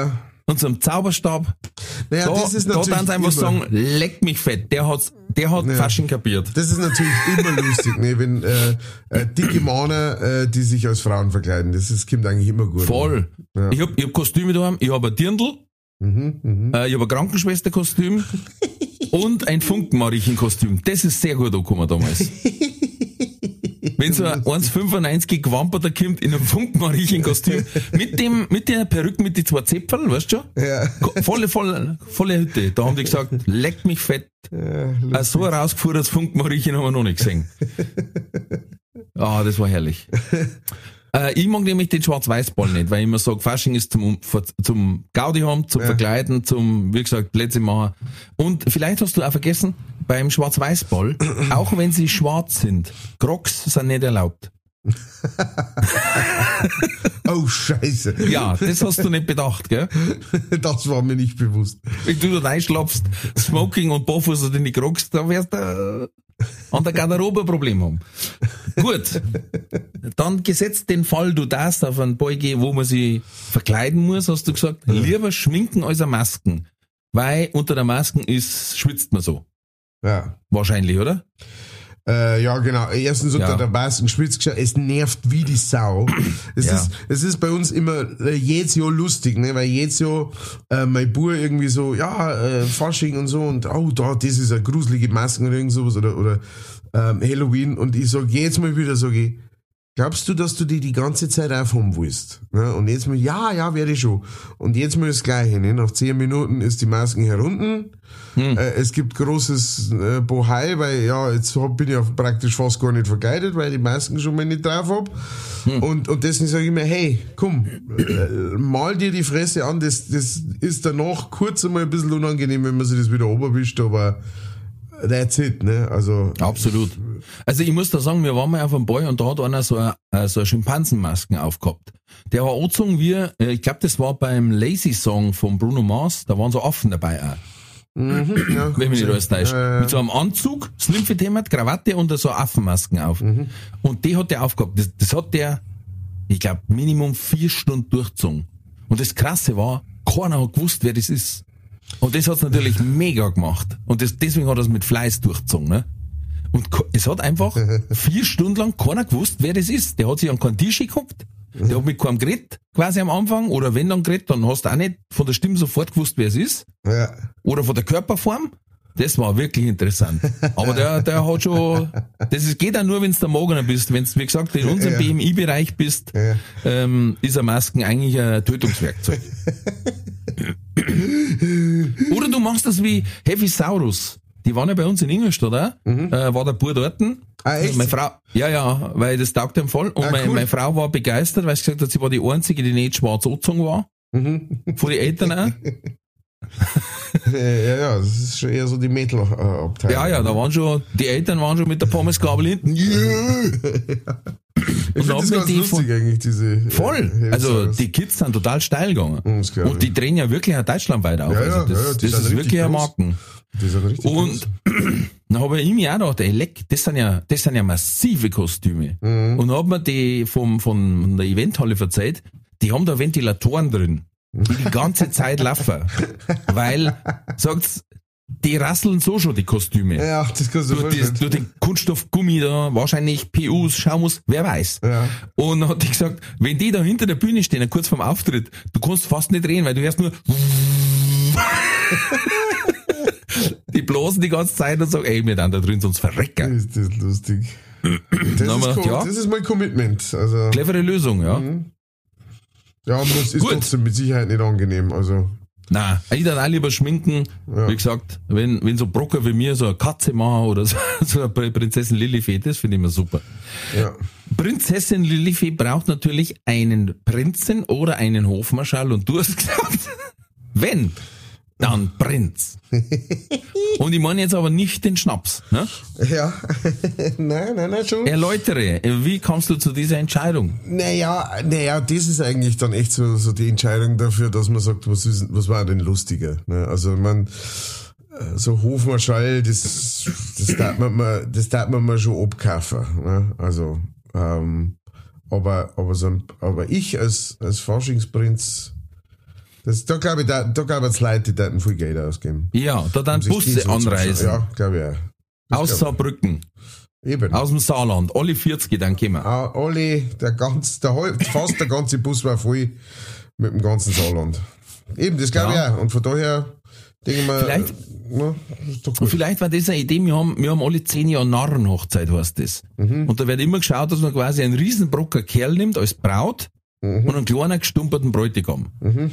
und so einem Zauberstab. Naja, da, das ist da natürlich dann einfach immer, sagen, leck mich fett, der hat, der hat Ja. Fasching kapiert. das ist natürlich immer lustig, ne, wenn äh, äh, dicke Männer, äh, die sich als Frauen verkleiden. Das ist, kommt eigentlich immer gut. Voll. Ja. Ich hab, ich hab Kostüme daheim, ich hab ein Dirndl, Mhm, mhm. äh, ich hab ein Krankenschwesterkostüm und ein Funkenmariechenkostüm. Das ist sehr gut angekommen damals. Wenn so ein eins Komma fünfundneunzig Gewamperter kommt in einem Funkenmariechenkostüm mit dem, mit der Perücke mit den zwei Zäpfeln, weißt du schon? Ja. Volle, volle, volle Hütte. Da haben die gesagt, leck mich fett. Ja, Äh, so ein rausgefuhrtes Funkenmariechen haben wir noch nicht gesehen. Ah, das war herrlich. Äh, ich mag nämlich den Schwarz-Weiß-Ball nicht, weil ich immer sage, Fasching ist zum, zum Gaudi haben, zum Ja. Verkleiden, zum, wie gesagt, Plätze machen. Und vielleicht hast du auch vergessen, beim Schwarz-Weiß-Ball, auch wenn sie schwarz sind, Crocs sind nicht erlaubt. Oh, scheiße. Ja, das hast du nicht bedacht, gell? Das war mir nicht bewusst. Wenn du da reinschlapfst, Smoking und Barfuß in die Crocs, da wirst du äh, an der Garderobe ein Problem haben. Gut. Dann gesetzt den Fall, du darfst auf einen Ball gehen, wo man sich verkleiden muss, hast du gesagt, lieber schminken als eine Masken. Weil unter der Masken ist, schwitzt man so. Ja. Wahrscheinlich, oder? Äh, ja, genau. Erstens unter Ja. der weißen Spitze geschaut, es nervt wie die Sau. Es Ja. ist, es ist bei uns immer äh, jedes Jahr lustig, ne, weil jedes Jahr äh, mein Bub irgendwie so, ja, äh, Fasching und so und oh, da, das ist eine gruselige Masken oder irgend sowas oder, oder ähm, Halloween und ich sag jedes Mal wieder, sag ich, glaubst du, dass du die die ganze Zeit aufhaben willst? Ne? Und jetzt mal, ja, ja, werde ich schon. Und jetzt mal das Gleiche, ne? Nach zehn Minuten ist die Masken herunten. Hm. Äh, es gibt großes äh, Bohai, weil ja, jetzt hab, bin ich auch praktisch fast gar nicht verkleidet, weil ich die Masken schon mal nicht drauf hab. Hm. Und, und deswegen sage ich mir, hey, komm, äh, mal dir die Fresse an, das, das ist danach kurz einmal ein bisschen unangenehm, wenn man sich das wieder oberwischt, aber that's it, ne? Also. Absolut. Also ich muss da sagen, wir waren mal auf einem Ball und da hat einer so eine, äh, so eine Schimpansenmasken aufgehabt. Der war angezogen wie, äh, ich glaube das war beim Lazy Song von Bruno Mars, da waren so Affen dabei auch. Mhm, ja, Wenn mich nicht alles täuscht. Äh, Mit so einem Anzug, Slimfit-Hemd, Krawatte und so Affenmasken auf. Mhm. Und die hat der aufgehabt. Das, das hat der, ich glaube, Minimum vier Stunden durchgezogen. Und das Krasse war, keiner hat gewusst, wer das ist. Und das hat's natürlich mega gemacht. Und das, deswegen hat er es mit Fleiß durchgezogen. Ne? Und ko- es hat einfach vier Stunden lang keiner gewusst, wer das ist. Der hat sich an keinen Tisch geguckt, der hat mit keinem geredet, quasi am Anfang. Oder wenn dann geredet, dann hast du auch nicht von der Stimme sofort gewusst, wer es ist. ja. Oder von der Körperform. Das war wirklich interessant. Aber der, der hat schon, das ist, geht auch nur, wenn du der Magener bist. Wenn du, wie gesagt, in unserem Ja. B M I-Bereich bist, Ja. ähm, ist eine Masken eigentlich ein Tötungswerkzeug. Oder du machst das wie Heavisaurus. Die waren ja bei uns in Ingolstadt, oder? Äh, war der Bur dort. Ah, echt? Meine Frau, ja, ja, weil das taugt ihm voll. Und Ah, meine, cool. meine Frau war begeistert, weil sie gesagt hat, sie war die einzige, die nicht schwarz angezogen war. Mhm. Von den Eltern auch. Ja, ja, das ist schon eher so die Metal-Abteilung. Ja, ja, da waren schon, die Eltern waren schon mit der Pommesgabel hinten. Yeah. Ich finde das haben wir ganz die lustig eigentlich, diese... Voll. äh, Also Heavisaurus. die Kids sind total steil gegangen. Mhm, das glaub ich. Und die drehen ja wirklich auch Deutschland weiter auf. Ja, ja, also das, ja, ja, die das sind ist richtig wirklich ein groß. Marken. Die sind richtig Und dann habe ich mir auch gedacht, ey, leck, das sind ja, das sind ja massive Kostüme. Mhm. Und dann hat mir die vom, von der Eventhalle verzeiht, die haben da Ventilatoren drin, die die ganze Zeit laufen. Weil, sagt's, die rasseln so schon die Kostüme. Ja, das kannst du Durch, das, vorstellen. durch den Kunststoffgummi da, wahrscheinlich P Us, Schaummus, wer weiß. Ja. Und dann hat die gesagt, wenn die da hinter der Bühne stehen, kurz vorm Auftritt, du kannst fast nicht reden, weil du hörst nur die blasen die ganze Zeit und sagen, ey, wir dann da drin sonst verrecken. Ist das lustig. Das, Dann haben ist, wir gedacht, cool. ja. Das ist mein Commitment. Also, Clevere Lösung, ja. ja, aber es ist Gut. trotzdem mit Sicherheit nicht angenehm. Also, Nein, ich dann auch lieber schminken. Ja. Wie gesagt, wenn, wenn so Brocker wie mir so eine Katze machen oder so, so eine Prinzessin Lilifee, das finde ich immer super. ja. Prinzessin Lilifee braucht natürlich einen Prinzen oder einen Hofmarschall und du hast gesagt, wenn, dann Prinz. Und ich meine jetzt aber nicht den Schnaps. Ne? Ja. nein, nein, nein, schon. Erläutere, wie kommst du zu dieser Entscheidung? Naja, naja, das ist eigentlich dann echt so, so die Entscheidung dafür, dass man sagt, was, ist, was war denn lustiger? Ne? Also man, äh, so Hofmarschall, das, das darf man mal, das darf man mal schon abkaufen. Ne? Also, ähm, aber, aber so ein, aber ich als, als Faschingsprinz, Das, da glaube ich, da, da glaube ich, Leute, die da viel Geld ausgeben. Ja, da dann Um sich Busse Kies anreisen. Ja, glaube ich auch. Das Aus glaub Saarbrücken. ich. Eben. Aus dem Saarland. Alle vierzig dann kommen. Ah, alle, der ganz, der, halb- fast der ganze Bus war voll mit dem ganzen Saarland. Eben, das glaube Ja. ich auch. Und von daher denke ich mir, Vielleicht- na, ist doch Und gut. vielleicht war das eine Idee, wir haben, wir haben alle zehn Jahre Narrenhochzeit, heißt das. Mhm. Und da wird immer geschaut, dass man quasi einen Riesenbrocker Kerl nimmt als Braut Mhm. und einen kleinen gestumperten Bräutigam.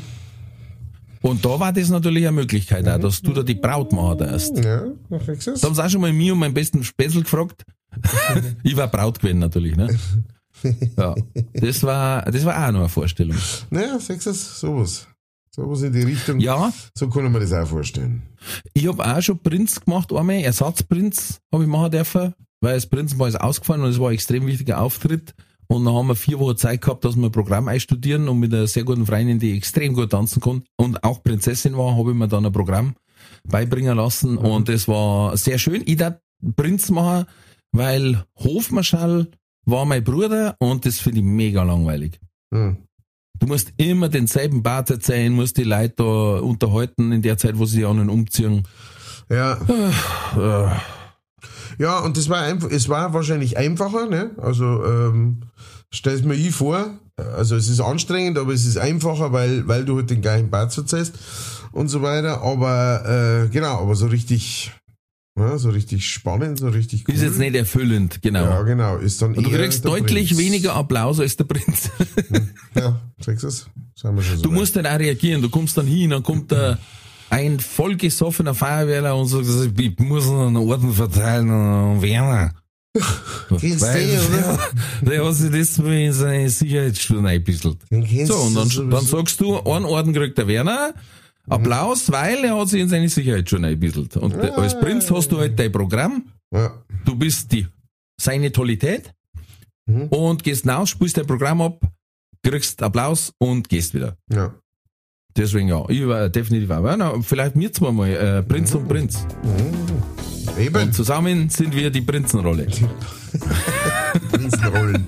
Und da war das natürlich eine Möglichkeit auch, dass du da die Braut machen darfst. Ja, na, kriegst du es? Da haben sie auch schon mal mich und meinen besten Spessel gefragt. Ich war Braut gewesen natürlich, ne? Ja. Das war, das war auch noch eine Vorstellung. Naja, siehst du es? Sowas. Sowas in die Richtung. Ja, So kann ich mir das auch vorstellen. ich habe auch schon Prinz gemacht, einmal, Ersatzprinz habe ich machen dürfen, weil das Prinzenpaar ist ausgefallen und es war ein extrem wichtiger Auftritt. Und dann haben wir vier Wochen Zeit gehabt, dass wir ein Programm einstudieren und mit einer sehr guten Freundin, die extrem gut tanzen kann und auch Prinzessin war, habe ich mir dann ein Programm beibringen lassen und das war sehr schön. Ich darf Prinz machen, weil Hofmarschall war mein Bruder und das finde ich mega langweilig. Hm. Du musst immer denselben Bart erzählen, musst die Leute da unterhalten in der Zeit, wo sie an und umziehen. Ja. Äh, Ja, und das war einfach, es war wahrscheinlich einfacher, ne? Also, ähm, stell's mir ich vor, also es ist anstrengend, aber es ist einfacher, weil, weil du halt den gleichen Bart verzeihst und so weiter, aber, äh, genau, aber so richtig, ja, so richtig spannend, so richtig cool. Ist jetzt nicht erfüllend, genau. Ja, genau, ist dann Und du eher kriegst der deutlich Prinz. weniger Applaus als der Prinz. Ja, kriegst du's? Sagen wir schon so Du weit. musst nicht auch reagieren. Du kommst dann hin, dann kommt da ein vollgesoffener Feuerwehrler und sagt, ich muss einen Orden verteilen an Werner. Kennst du Weil den, oder? der, der hat sich das mal in seine Sicherheitsschuhe eingebisselt. Den kennst So, und dann, du dann sowieso. sagst du, einen Orden kriegt der Werner, Applaus, weil er hat sich in seine Sicherheitsschuhe eingebisselt. Und Ah. als Prinz hast du halt dein Programm, Ja. du bist die, seine Tollität Mhm. und gehst raus, spielst dein Programm ab, kriegst Applaus und gehst wieder. Ja. Deswegen ja, ich war definitiv auch. Ja, na, vielleicht wir zwei mal, äh, Prinz und Prinz. Eben. Und zusammen sind wir die Prinzenrolle. Prinzenrollen.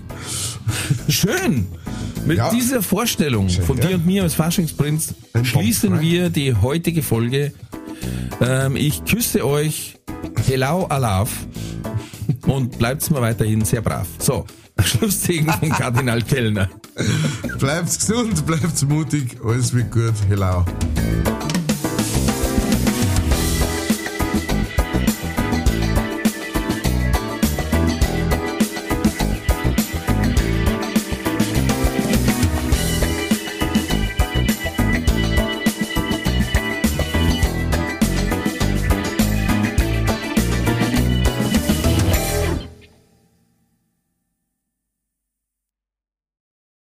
Schön! Mit Ja. dieser Vorstellung von ja. dir und mir als Faschingsprinz Ein schließen Bomb, wir die heutige Folge. Ähm, ich küsse euch. Hello, Alaf. Und bleibt's mir weiterhin sehr brav. So, Schlusssegen von Kardinal Kellner. Bleibt's gesund, bleibt's mutig, alles wird gut. Hello.